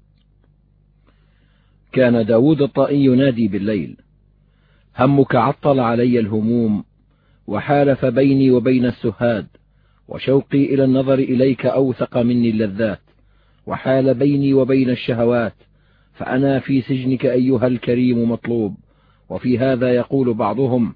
كان داود الطائي ينادي بالليل: همك عطل علي الهموم، وحالف بيني وبين السهاد، وشوقي إلى النظر إليك أوثق مني اللذات، وحال بيني وبين الشهوات، فأنا في سجنك أيها الكريم مطلوب. وفي هذا يقول بعضهم: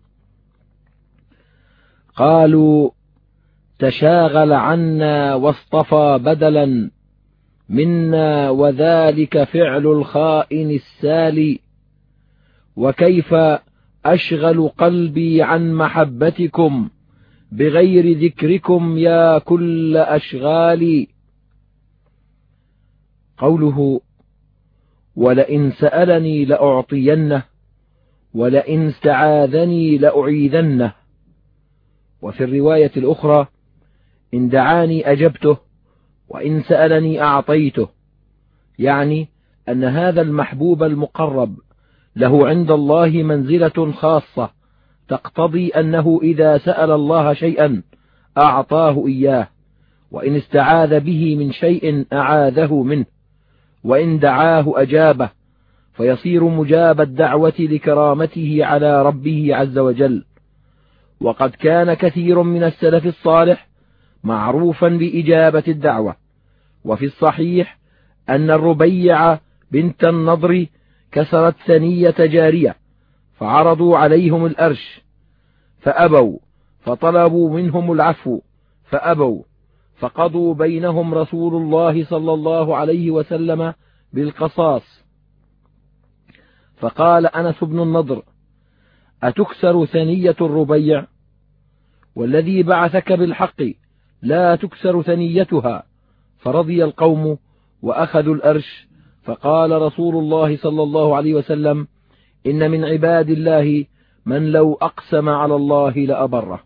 قالوا تشاغل عنا واصطفى بدلا منا، وذلك فعل الخائن السالي، وكيف أشغل قلبي عن محبتكم بغير ذكركم يا كل أشغالي. قوله ولئن سألني لأعطينه، ولئن استعاذني لأعيذنه. وفي الرواية الأخرى: إن دعاني أجبته، وإن سألني أعطيته، يعني أن هذا المحبوب المقرب له عند الله منزلة خاصة تقتضي أنه إذا سأل الله شيئا أعطاه إياه، وإن استعاذ به من شيء أعاذه منه، وإن دعاه أجابه، فيصير مجاب الدعوة لكرامته على ربه عز وجل. وقد كان كثير من السلف الصالح معروفا بإجابة الدعوة. وفي الصحيح أن الربيع بنت النضر كسرت ثنية جارية، فعرضوا عليهم الأرش فأبوا، فطلبوا منهم العفو فأبوا، فقضوا بينهم رسول الله صلى الله عليه وسلم بالقصاص. فقال أنس بن النضر: أتكسر ثنية الربيع؟ والذي بعثك بالحق لا تكسر ثنيتها. فرضي القوم وأخذوا الأرش. فقال رسول الله صلى الله عليه وسلم: إن من عباد الله من لو أقسم على الله لأبره.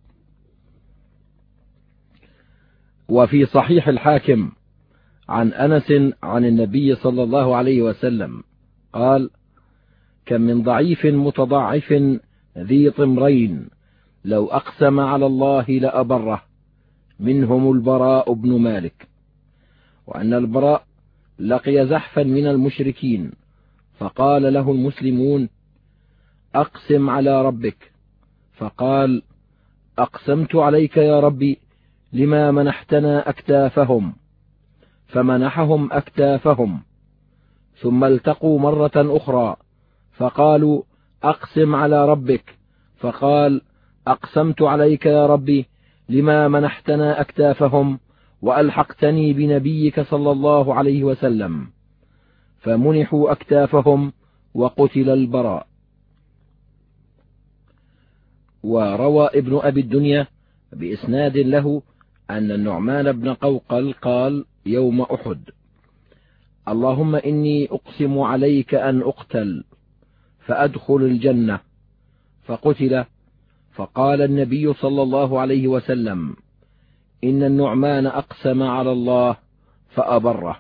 وفي صحيح الحاكم عن أنس عن النبي صلى الله عليه وسلم قال: كم من ضعيف متضعف ذي طمرين لو أقسم على الله لأبره، منهم البراء بن مالك. وأن البراء لقي زحفا من المشركين، فقال له المسلمون: أقسم على ربك. فقال: أقسمت عليك يا ربي لما منحتنا أكتافهم. فمنحهم أكتافهم، ثم التقوا مرة أخرى فقالوا: أقسم على ربك. فقال: أقسمت عليك يا ربي لما منحتنا أكتافهم وألحقتني بنبيك صلى الله عليه وسلم. فمنحوا أكتافهم وقتل البراء. وروى ابن أبي الدنيا بإسناد له أن النعمان بن قوقل قال يوم أحد: اللهم إني أقسم عليك أن أقتل فأدخل الجنة. فقتل، فقال النبي صلى الله عليه وسلم: إن النعمان أقسم على الله فأبره.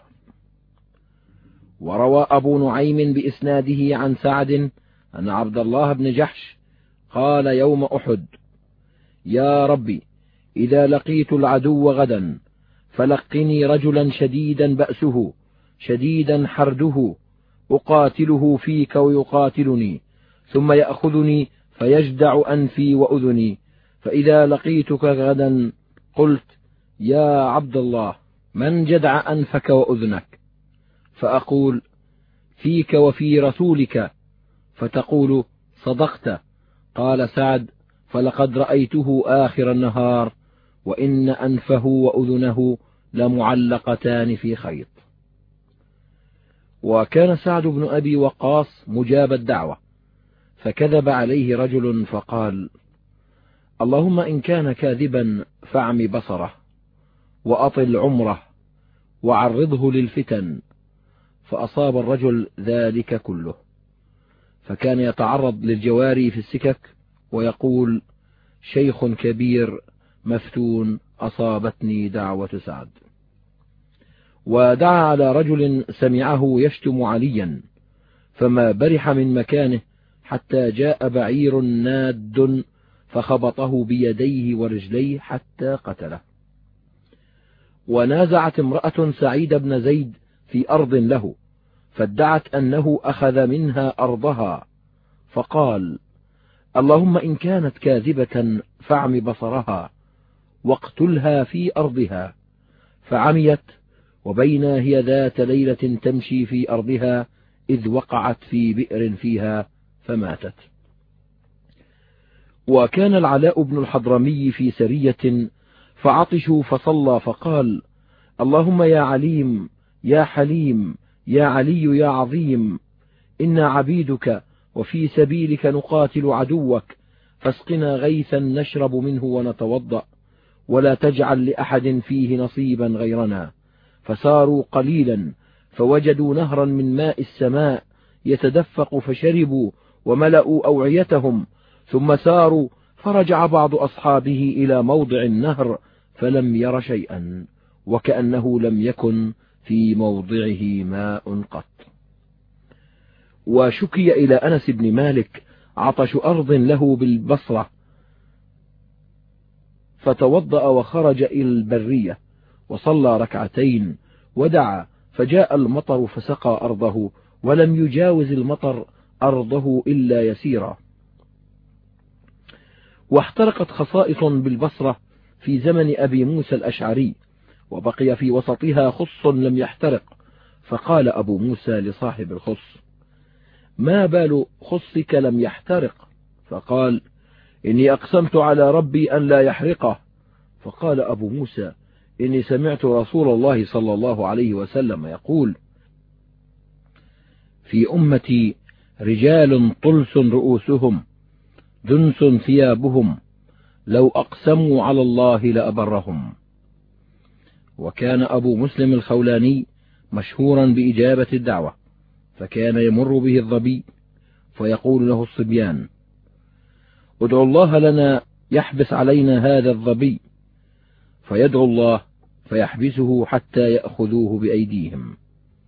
وروى أبو نعيم بإسناده عن سعد أن عبد الله بن جحش قال يوم أحد: يا ربي، إذا لقيت العدو غدا فلقني رجلا شديدا بأسه شديدا حرده أقاتله فيك ويقاتلني، ثم يأخذني فيجدع أنفي وأذني، فإذا لقيتك غدا قلت: يا عبد الله، من جدع أنفك وأذنك؟ فأقول: فيك وفي رسولك، فتقول: صدقت. قال سعد: فلقد رأيته آخر النهار وإن أنفه وأذنه لمعلقتان في خيط. وكان سعد بن أبي وقاص مجاب الدعوة، فكذب عليه رجل فقال: اللهم إن كان كاذبا فاعم بصره وأطل عمره وعرضه للفتن. فأصاب الرجل ذلك كله، فكان يتعرض للجواري في السكك ويقول: شيخ كبير مفتون أصابتني دعوة سعد. ودعا على رجل سمعه يشتم عليا، فما برح من مكانه حتى جاء بعير ناد فخبطه بيديه ورجليه حتى قتله. ونازعت امرأة سعيد بن زيد في أرض له، فادعت أنه أخذ منها أرضها، فقال: اللهم إن كانت كاذبة فاعم بصرها واقتلها في أرضها. فعميت، وبينا هي ذات ليلة تمشي في أرضها إذ وقعت في بئر فيها فماتت. وكان العلاء بن الحضرمي في سرية فعطشوا فصلى فقال: اللهم يا عليم يا حليم يا علي يا عظيم، إنا عبيدك وفي سبيلك نقاتل عدوك، فاسقنا غيثا نشرب منه ونتوضأ، ولا تجعل لأحد فيه نصيبا غيرنا. فساروا قليلا فوجدوا نهرا من ماء السماء يتدفق فشربوا وملأوا أوعيتهم، ثم ساروا فرجع بعض أصحابه إلى موضع النهر فلم ير شيئا، وكأنه لم يكن في موضعه ماء قط. وشكي إلى أنس بن مالك عطش أرض له بالبصرة، فتوضأ وخرج إلى البرية وصلى ركعتين ودعا، فجاء المطر فسقى أرضه، ولم يجاوز المطر أرضه إلا يسيرا. واحترقت خصائص بالبصرة في زمن أبي موسى الأشعري، وبقي في وسطها خص لم يحترق، فقال أبو موسى لصاحب الخص: ما بال خصك لم يحترق؟ فقال: إني أقسمت على ربي أن لا يحرقه. فقال أبو موسى: إني سمعت رسول الله صلى الله عليه وسلم يقول: في أمتي رجال طلس رؤوسهم دنس ثيابهم، لو أقسموا على الله لأبرهم. وكان أبو مسلم الخولاني مشهورا بإجابة الدعوة، فكان يمر به الظبي فيقول له الصبيان: ادعوا الله لنا يحبس علينا هذا الظبي، فيدعو الله فيحبسه حتى يأخذوه بأيديهم.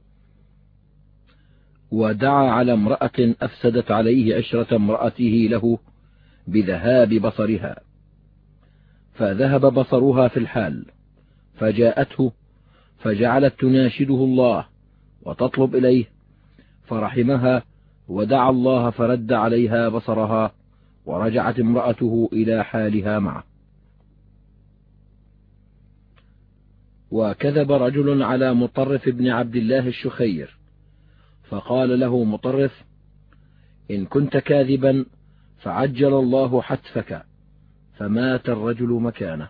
ودعا على امرأة أفسدت عليه عشرة امرأته له بذهاب بصرها، فذهب بصرها في الحال، فجاءته فجعلت تناشده الله وتطلب إليه، فرحمها ودعا الله فرد عليها بصرها، ورجعت امرأته إلى حالها معه. وكذب رجل على مطرف بن عبد الله الشخير، فقال له مطرف: إن كنت كاذبا فعجل الله حتفك، فمات الرجل مكانه.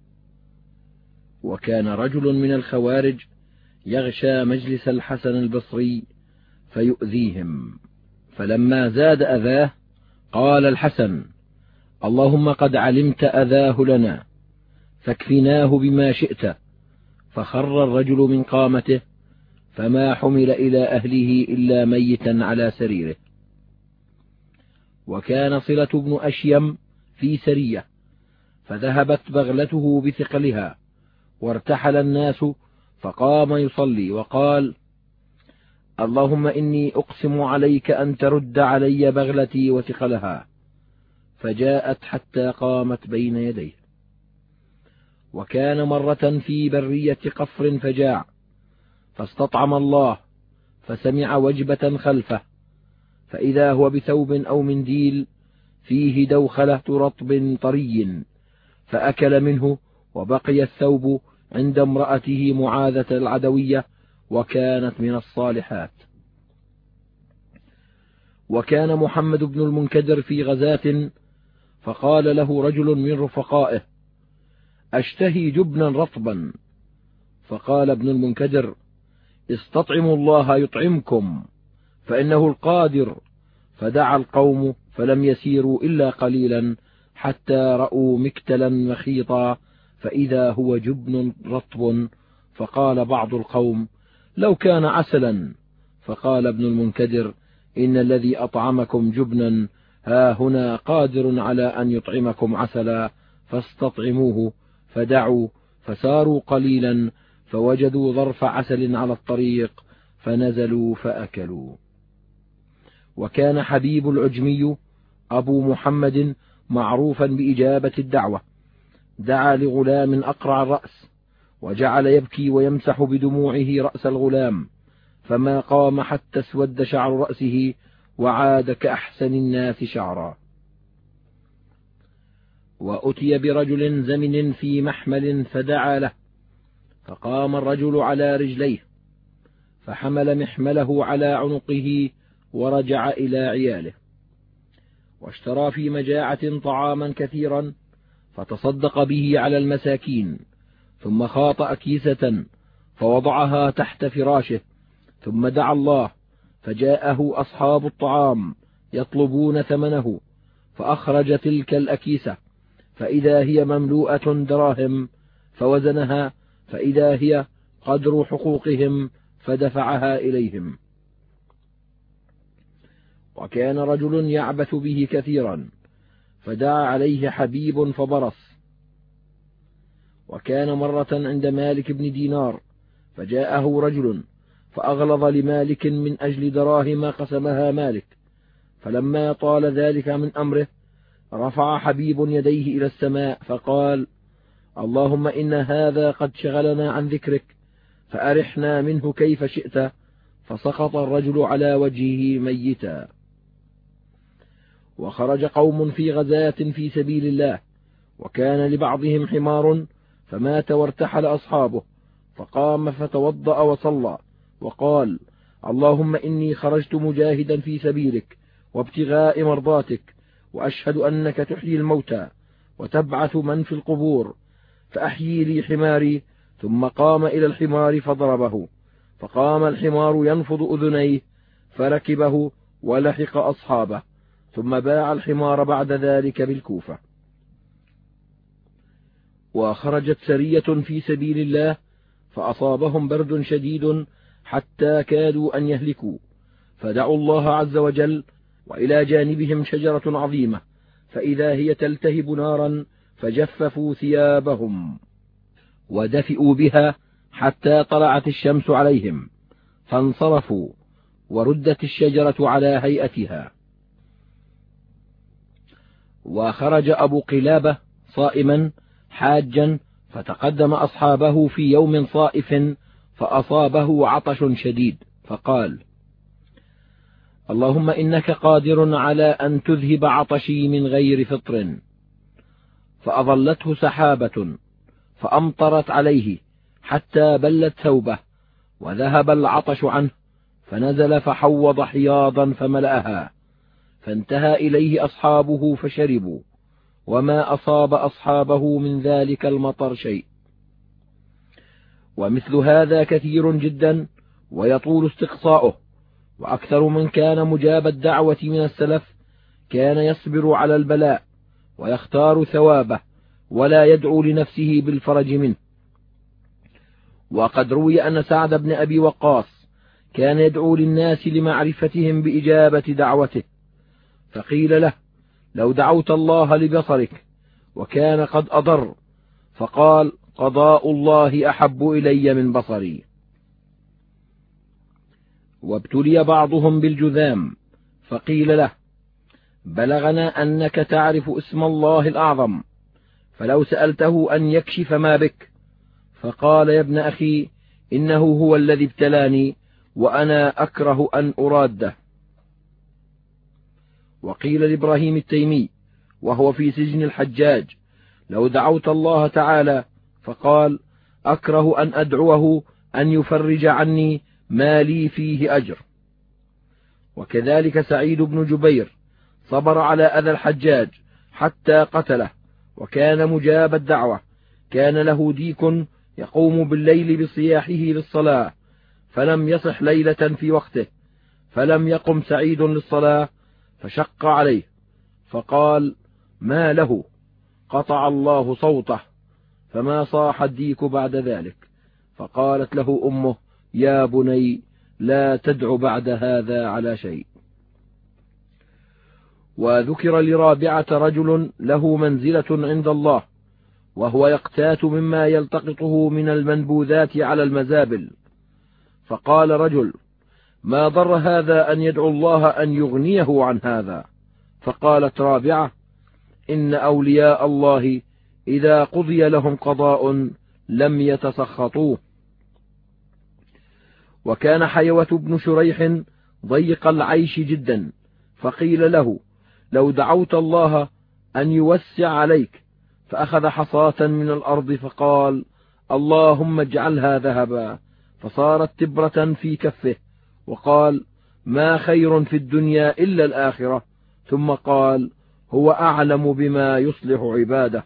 وكان رجل من الخوارج يغشى مجلس الحسن البصري فيؤذيهم، فلما زاد أذاه قال الحسن: اللهم قد علمت أذاه لنا فاكفناه بما شئت. فخر الرجل من قامته، فما حمل إلى أهله إلا ميتا على سريره. وكان صلة بن أشيم في سرية، فذهبت بغلته بثقلها، وارتحل الناس، فقام يصلي وقال: اللهم إني أقسم عليك أن ترد علي بغلتي وثقلها، فجاءت حتى قامت بين يديه. وكان مرة في برية قفر فجاع، فاستطعم الله، فسمع وجبة خلفه، فإذا هو بثوب أو منديل فيه دوخلة رطب طري، فأكل منه، وبقي الثوب عند امرأته معاذة العدوية، وكانت من الصالحات. وكان محمد بن المنكدر في غزاة، فقال له رجل من رفقائه: أشتهي جبنا رطبا. فقال ابن المنكدر: استطعموا الله يطعمكم، فإنه القادر. فدعا القوم، فلم يسيروا إلا قليلا حتى رأوا مكتلا مخيطا، فإذا هو جبن رطب. فقال بعض القوم: لو كان عسلا. فقال ابن المنكدر: إن الذي أطعمكم جبنا ها هنا قادر على أن يطعمكم عسلا، فاستطعموه. فدعوا، فساروا قليلا، فوجدوا ظرف عسل على الطريق، فنزلوا فأكلوا. وكان حبيب العجمي أبو محمد معروفا بإجابة الدعوة، دعا لغلام أقرع الرأس، وجعل يبكي ويمسح بدموعه رأس الغلام، فما قام حتى اسود شعر رأسه، وعاد كأحسن الناس شعرا. وأتي برجل زمن في محمل، فدعا له، فقام الرجل على رجليه، فحمل محمله على عنقه، ورجع إلى عياله، واشترى في مجاعة طعاما كثيرا، فتصدق به على المساكين، ثم خاط أكيسة فوضعها تحت فراشه، ثم دعا الله، فجاءه أصحاب الطعام يطلبون ثمنه، فأخرج تلك الأكيسة، فإذا هي مملوءة دراهم، فوزنها، فإذا هي قدر حقوقهم، فدفعها إليهم. وكان رجل يعبث به كثيرا، فدعا عليه حبيب فبرص. وكان مرة عند مالك بن دينار، فجاءه رجل فأغلظ لمالك من أجل دراهم قسمها مالك، فلما طال ذلك من أمره رفع حبيب يديه إلى السماء، فقال: اللهم إن هذا قد شغلنا عن ذكرك، فأرحنا منه كيف شئت. فسقط الرجل على وجهه ميتا. وخرج قوم في غزاة في سبيل الله، وكان لبعضهم حمار، فمات وارتحل أصحابه، فقام فتوضأ وصلى، وقال: اللهم إني خرجت مجاهدا في سبيلك وابتغاء مرضاتك، وأشهد أنك تحيي الموتى وتبعث من في القبور، فأحيي لي حماري. ثم قام إلى الحمار فضربه، فقام الحمار ينفض أذنيه، فركبه ولحق أصحابه، ثم باع الحمار بعد ذلك بالكوفة. وخرجت سرية في سبيل الله، فأصابهم برد شديد حتى كادوا أن يهلكوا، فدعوا الله عز وجل، وإلى جانبهم شجرة عظيمة، فإذا هي تلتهب نارا، فجففوا ثيابهم ودفئوا بها حتى طلعت الشمس عليهم، فانصرفوا، وردت الشجرة على هيئتها. وخرج أبو قلابة صائما حاجا، فتقدم أصحابه في يوم صائف، فأصابه عطش شديد، فقال: اللهم إنك قادر على أن تذهب عطشي من غير فطر. فأظلته سحابة، فأمطرت عليه حتى بلت ثوبه، وذهب العطش عنه، فنزل فحوض حياضا فملأها، فانتهى إليه أصحابه فشربوا، وما أصاب أصحابه من ذلك المطر شيء. ومثل هذا كثير جدا، ويطول استقصاؤه. وأكثر من كان مجاب الدعوة من السلف كان يصبر على البلاء، ويختار ثوابه، ولا يدعو لنفسه بالفرج منه. وقد روي أن سعد بن أبي وقاص كان يدعو للناس لمعرفتهم بإجابة دعوته، فقيل له: لو دعوت الله لبصرك وكان قد أضر، فقال: قضاء الله أحب إلي من بصري. وابتلي بعضهم بالجذام، فقيل له: بلغنا أنك تعرف اسم الله الأعظم، فلو سألته أن يكشف ما بك. فقال: يا ابن أخي، إنه هو الذي ابتلاني وأنا أكره أن أراده. وقيل لإبراهيم التيمي وهو في سجن الحجاج: لو دعوت الله تعالى، فقال: أكره أن أدعوه أن يفرج عني ما لي فيه أجر. وكذلك سعيد بن جبير صبر على أذى الحجاج حتى قتله، وكان مجاب الدعوة، كان له ديك يقوم بالليل بصياحه للصلاة، فلم يصح ليلة في وقته، فلم يقم سعيد للصلاة، فشق عليه، فقال: ما له؟ قطع الله صوته، فما صاح الديك بعد ذلك. فقالت له أمه: يا بني، لا تدع بعد هذا على شيء. وذكر لرابعة رجل له منزلة عند الله، وهو يقتات مما يلتقطه من المنبوذات على المزابل. فقال رجل: ما ضر هذا أن يدعو الله أن يغنيه عن هذا؟ فقالت رابعة: إن أولياء الله إذا قضي لهم قضاء لم يتسخطوه. وكان حيوة بن شريح ضيق العيش جدا، فقيل له: لو دعوت الله أن يوسع عليك، فأخذ حصاة من الأرض فقال: اللهم اجعلها ذهبا، فصارت تبرة في كفه، وقال: ما خير في الدنيا إلا الآخرة، ثم قال: هو أعلم بما يصلح عباده.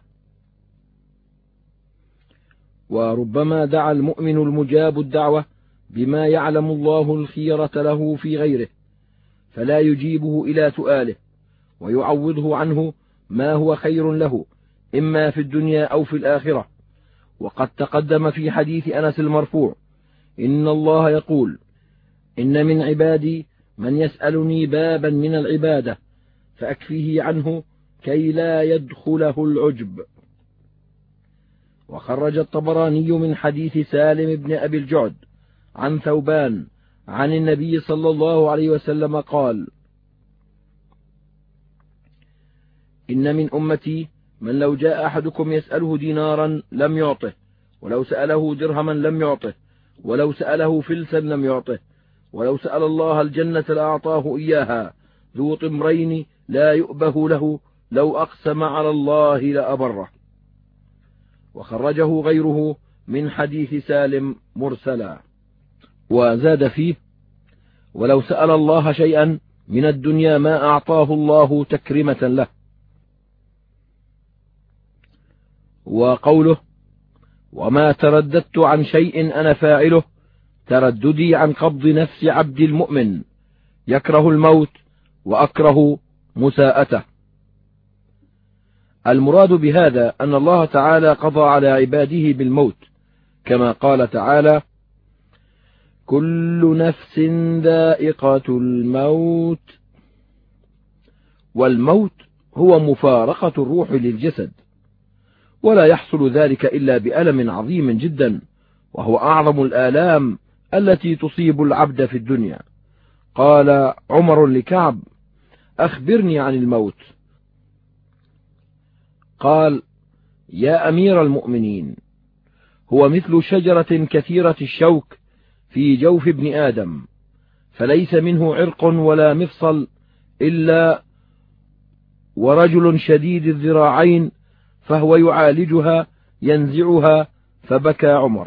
وربما دعا المؤمن المجاب الدعوة بما يعلم الله الخيرة له في غيره، فلا يجيبه إلى سؤاله، ويعوضه عنه ما هو خير له إما في الدنيا أو في الآخرة. وقد تقدم في حديث أنس المرفوع: إن الله يقول: إن من عبادي من يسألني بابا من العبادة فأكفيه عنه كي لا يدخله العجب. وخرج الطبراني من حديث سالم بن أبي الجعد عن ثوبان عن النبي صلى الله عليه وسلم قال: إن من أمتي من لو جاء أحدكم يسأله دينارا لم يعطه، ولو سأله درهما لم يعطه، ولو سأله فلسا لم يعطه، ولو سأل الله الجنة لأعطاه إياها، ذو طمرين لا يؤبه له، لو أقسم على الله لأبره. وخرجه غيره من حديث سالم مرسلا. وزاد فيه: ولو سأل الله شيئا من الدنيا ما أعطاه الله تكرمة له. وقوله: وما ترددت عن شيء أنا فاعله ترددي عن قبض نفس عبد المؤمن، يكره الموت وأكره مساءته. المراد بهذا أن الله تعالى قضى على عباده بالموت، كما قال تعالى: كل نفس ذائقة الموت. والموت هو مفارقة الروح للجسد، ولا يحصل ذلك إلا بألم عظيم جدا، وهو أعظم الآلام التي تصيب العبد في الدنيا. قال عمر لكعب: أخبرني عن الموت. قال: يا أمير المؤمنين، هو مثل شجرة كثيرة الشوك في جوف ابن آدم، فليس منه عرق ولا مفصل إلا ورجل شديد الذراعين فهو يعالجها ينزعها. فبكى عمر.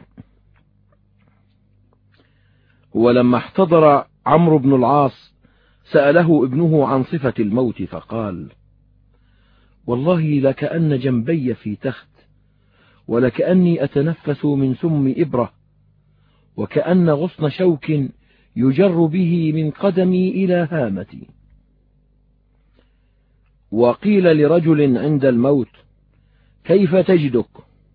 ولما احتضر عمرو بن العاص سأله ابنه عن صفة الموت، فقال: والله لكأن جنبي في تخت، ولكأني أتنفس من سم إبرة، وكأن غصن شوك يجر به من قدمي إلى هامتي. وقيل لرجل عند الموت: كيف تجدك؟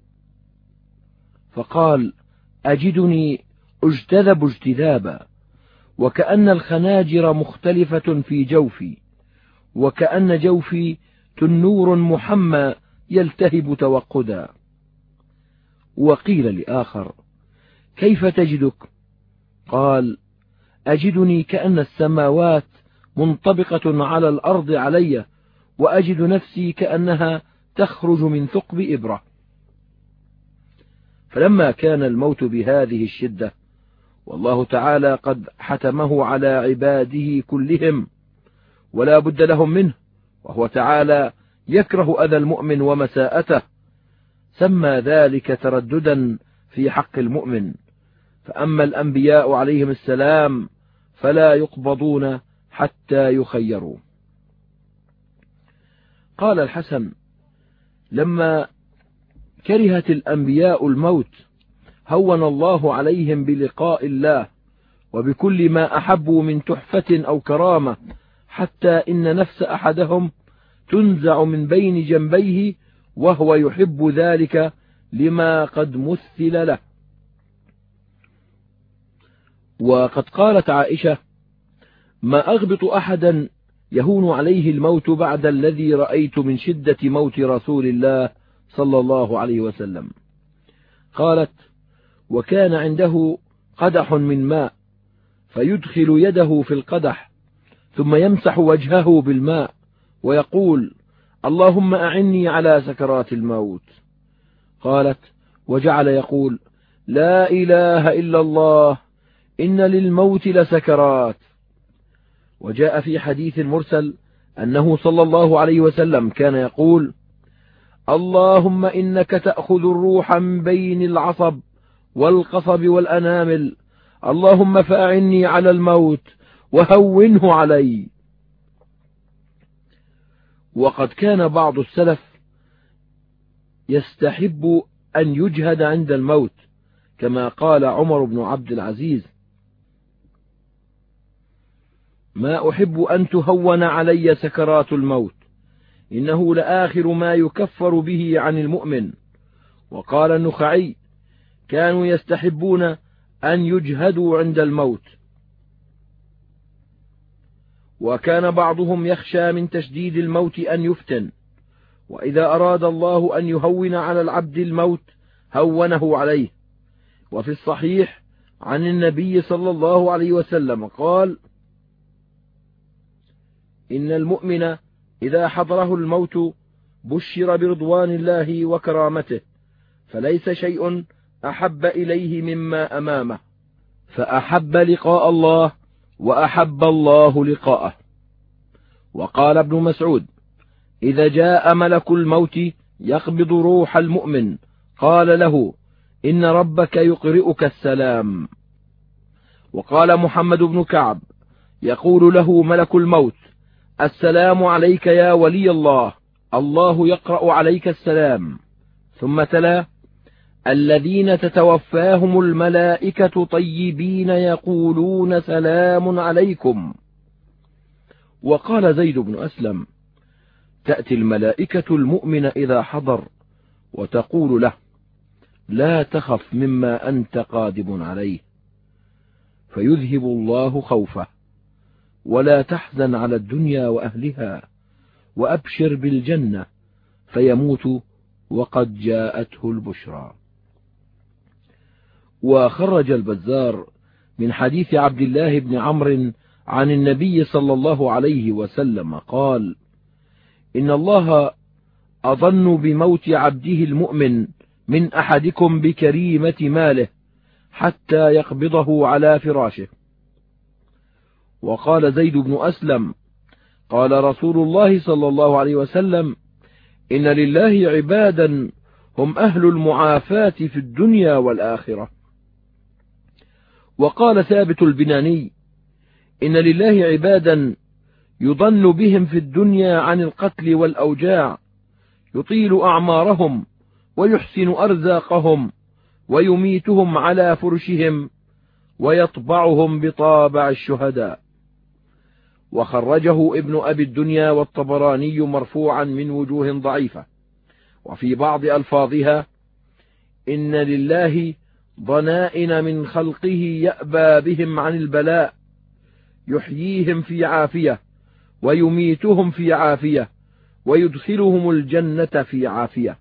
فقال: أجدني اجتذب اجتذابا، وكأن الخناجر مختلفة في جوفي، وكأن جوفي تنور محمى يلتهب توقدا. وقيل لآخر: كيف تجدك؟ قال: أجدني كأن السماوات منطبقة على الأرض علي، وأجد نفسي كأنها تخرج من ثقب إبرة. فلما كان الموت بهذه الشدة، والله تعالى قد حتمه على عباده كلهم ولا بد لهم منه، وهو تعالى يكره أذى المؤمن ومساءته، سمى ذلك ترددا في حق المؤمن. فأما الأنبياء عليهم السلام فلا يقبضون حتى يخيروا. قال الحسن: لما كرهت الأنبياء الموت هون الله عليهم بلقاء الله وبكل ما أحبوا من تحفة أو كرامة، حتى إن نفس أحدهم تنزع من بين جنبيه وهو يحب ذلك لما قد مثل له. وقد قالت عائشة: ما أغبط أحدا يهون عليه الموت بعد الذي رأيت من شدة موت رسول الله صلى الله عليه وسلم. قالت: وكان عنده قدح من ماء، فيدخل يده في القدح ثم يمسح وجهه بالماء ويقول: اللهم أعني على سكرات الموت. قالت: وجعل يقول: لا إله إلا الله، إن للموت لسكرات. وجاء في حديث مرسل أنه صلى الله عليه وسلم كان يقول: اللهم إنك تأخذ الروح من بين العصب والقصب والأنامل، اللهم فأعني على الموت وهونه علي. وقد كان بعض السلف يستحب أن يجهد عند الموت، كما قال عمر بن عبد العزيز: ما أحب أن تهون علي سكرات الموت، إنه لآخر ما يكفر به عن المؤمن. وقال النخعي: كانوا يستحبون أن يجهدوا عند الموت. وكان بعضهم يخشى من تشديد الموت أن يفتن، وإذا أراد الله أن يهون على العبد الموت هونه عليه. وفي الصحيح عن النبي صلى الله عليه وسلم قال: إن المؤمن إذا حضره الموت بشر برضوان الله وكرامته، فليس شيء أحب إليه مما أمامه، فأحب لقاء الله وأحب الله لقاءه. وقال ابن مسعود: إذا جاء ملك الموت يقبض روح المؤمن قال له: إن ربك يقرئك السلام. وقال محمد بن كعب: يقول له ملك الموت: السلام عليك يا ولي الله، الله يقرأ عليك السلام. ثم تلا: الذين تتوفاهم الملائكة طيبين يقولون سلام عليكم. وقال زيد بن أسلم: تأتي الملائكة المؤمن إذا حضر وتقول له: لا تخف مما أنت قادم عليه، فيذهب الله خوفه، ولا تحزن على الدنيا وأهلها، وأبشر بالجنة، فيموت وقد جاءته البشرى. وخرج البزار من حديث عبد الله بن عمرو عن النبي صلى الله عليه وسلم قال: إن الله أظن بموت عبده المؤمن من أحدكم بكريمة ماله حتى يقبضه على فراشه. وقال زيد بن أسلم: قال رسول الله صلى الله عليه وسلم: إن لله عبادا هم أهل المعافاة في الدنيا والآخرة. وقال ثابت البناني: إن لله عبادا يظن بهم في الدنيا عن القتل والأوجاع، يطيل أعمارهم ويحسن أرزاقهم ويميتهم على فرشهم ويطبعهم بطابع الشهداء. وخرجه ابن أبي الدنيا والطبراني مرفوعا من وجوه ضعيفة، وفي بعض ألفاظها: إن لله ضنائن من خلقه يأبى بهم عن البلاء، يحييهم في عافية ويميتهم في عافية، ويدخلهم الجنة في عافية.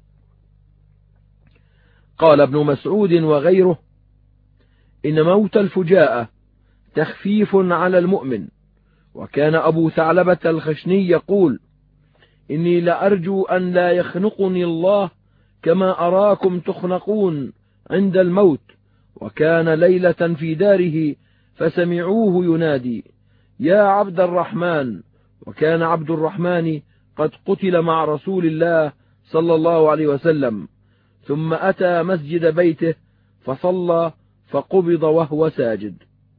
قال ابن مسعود وغيره: إن موت الفجاءة تخفيف على المؤمن. وكان أبو ثعلبة الخشني يقول: إني لأرجو أن لا يخنقني الله كما أراكم تخنقون عند الموت. وكان ليلة في داره فسمعوه ينادي: يا عبد الرحمن. وكان عبد الرحمن قد قتل مع رسول الله صلى الله عليه وسلم، ثم أتى مسجد بيته فصلى فقبض وهو ساجد.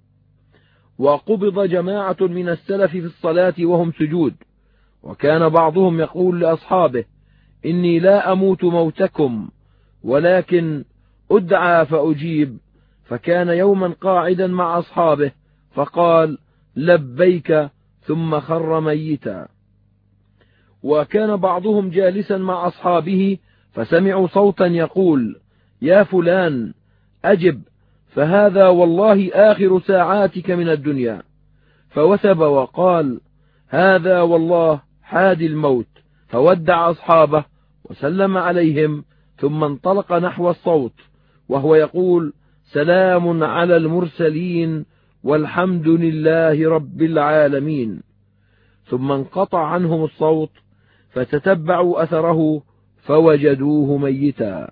وقبض جماعة من السلف في الصلاة وهم سجود. وكان بعضهم يقول لأصحابه: إني لا أموت موتكم ولكن أدعى فأجيب. فكان يوما قاعدا مع أصحابه فقال: لبيك، ثم خر ميتا. وكان بعضهم جالسا مع أصحابه فسمعوا صوتا يقول: يا فلان أجب، فهذا والله آخر ساعاتك من الدنيا. فوثب وقال: هذا والله حاد الموت. فودع أصحابه وسلم عليهم، ثم انطلق نحو الصوت وهو يقول: سلام على المرسلين والحمد لله رب العالمين. ثم انقطع عنهم الصوت فتتبعوا أثره فوجدوه ميتا.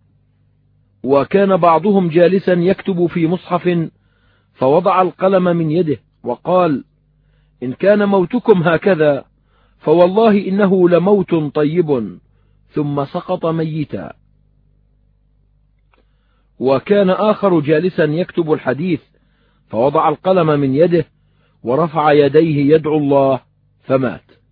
وكان بعضهم جالسا يكتب في مصحف فوضع القلم من يده وقال: إن كان موتكم هكذا فوالله إنه لموت طيب، ثم سقط ميتا. وكان آخر جالسا يكتب الحديث فوضع القلم من يده ورفع يديه يدعو الله فمات.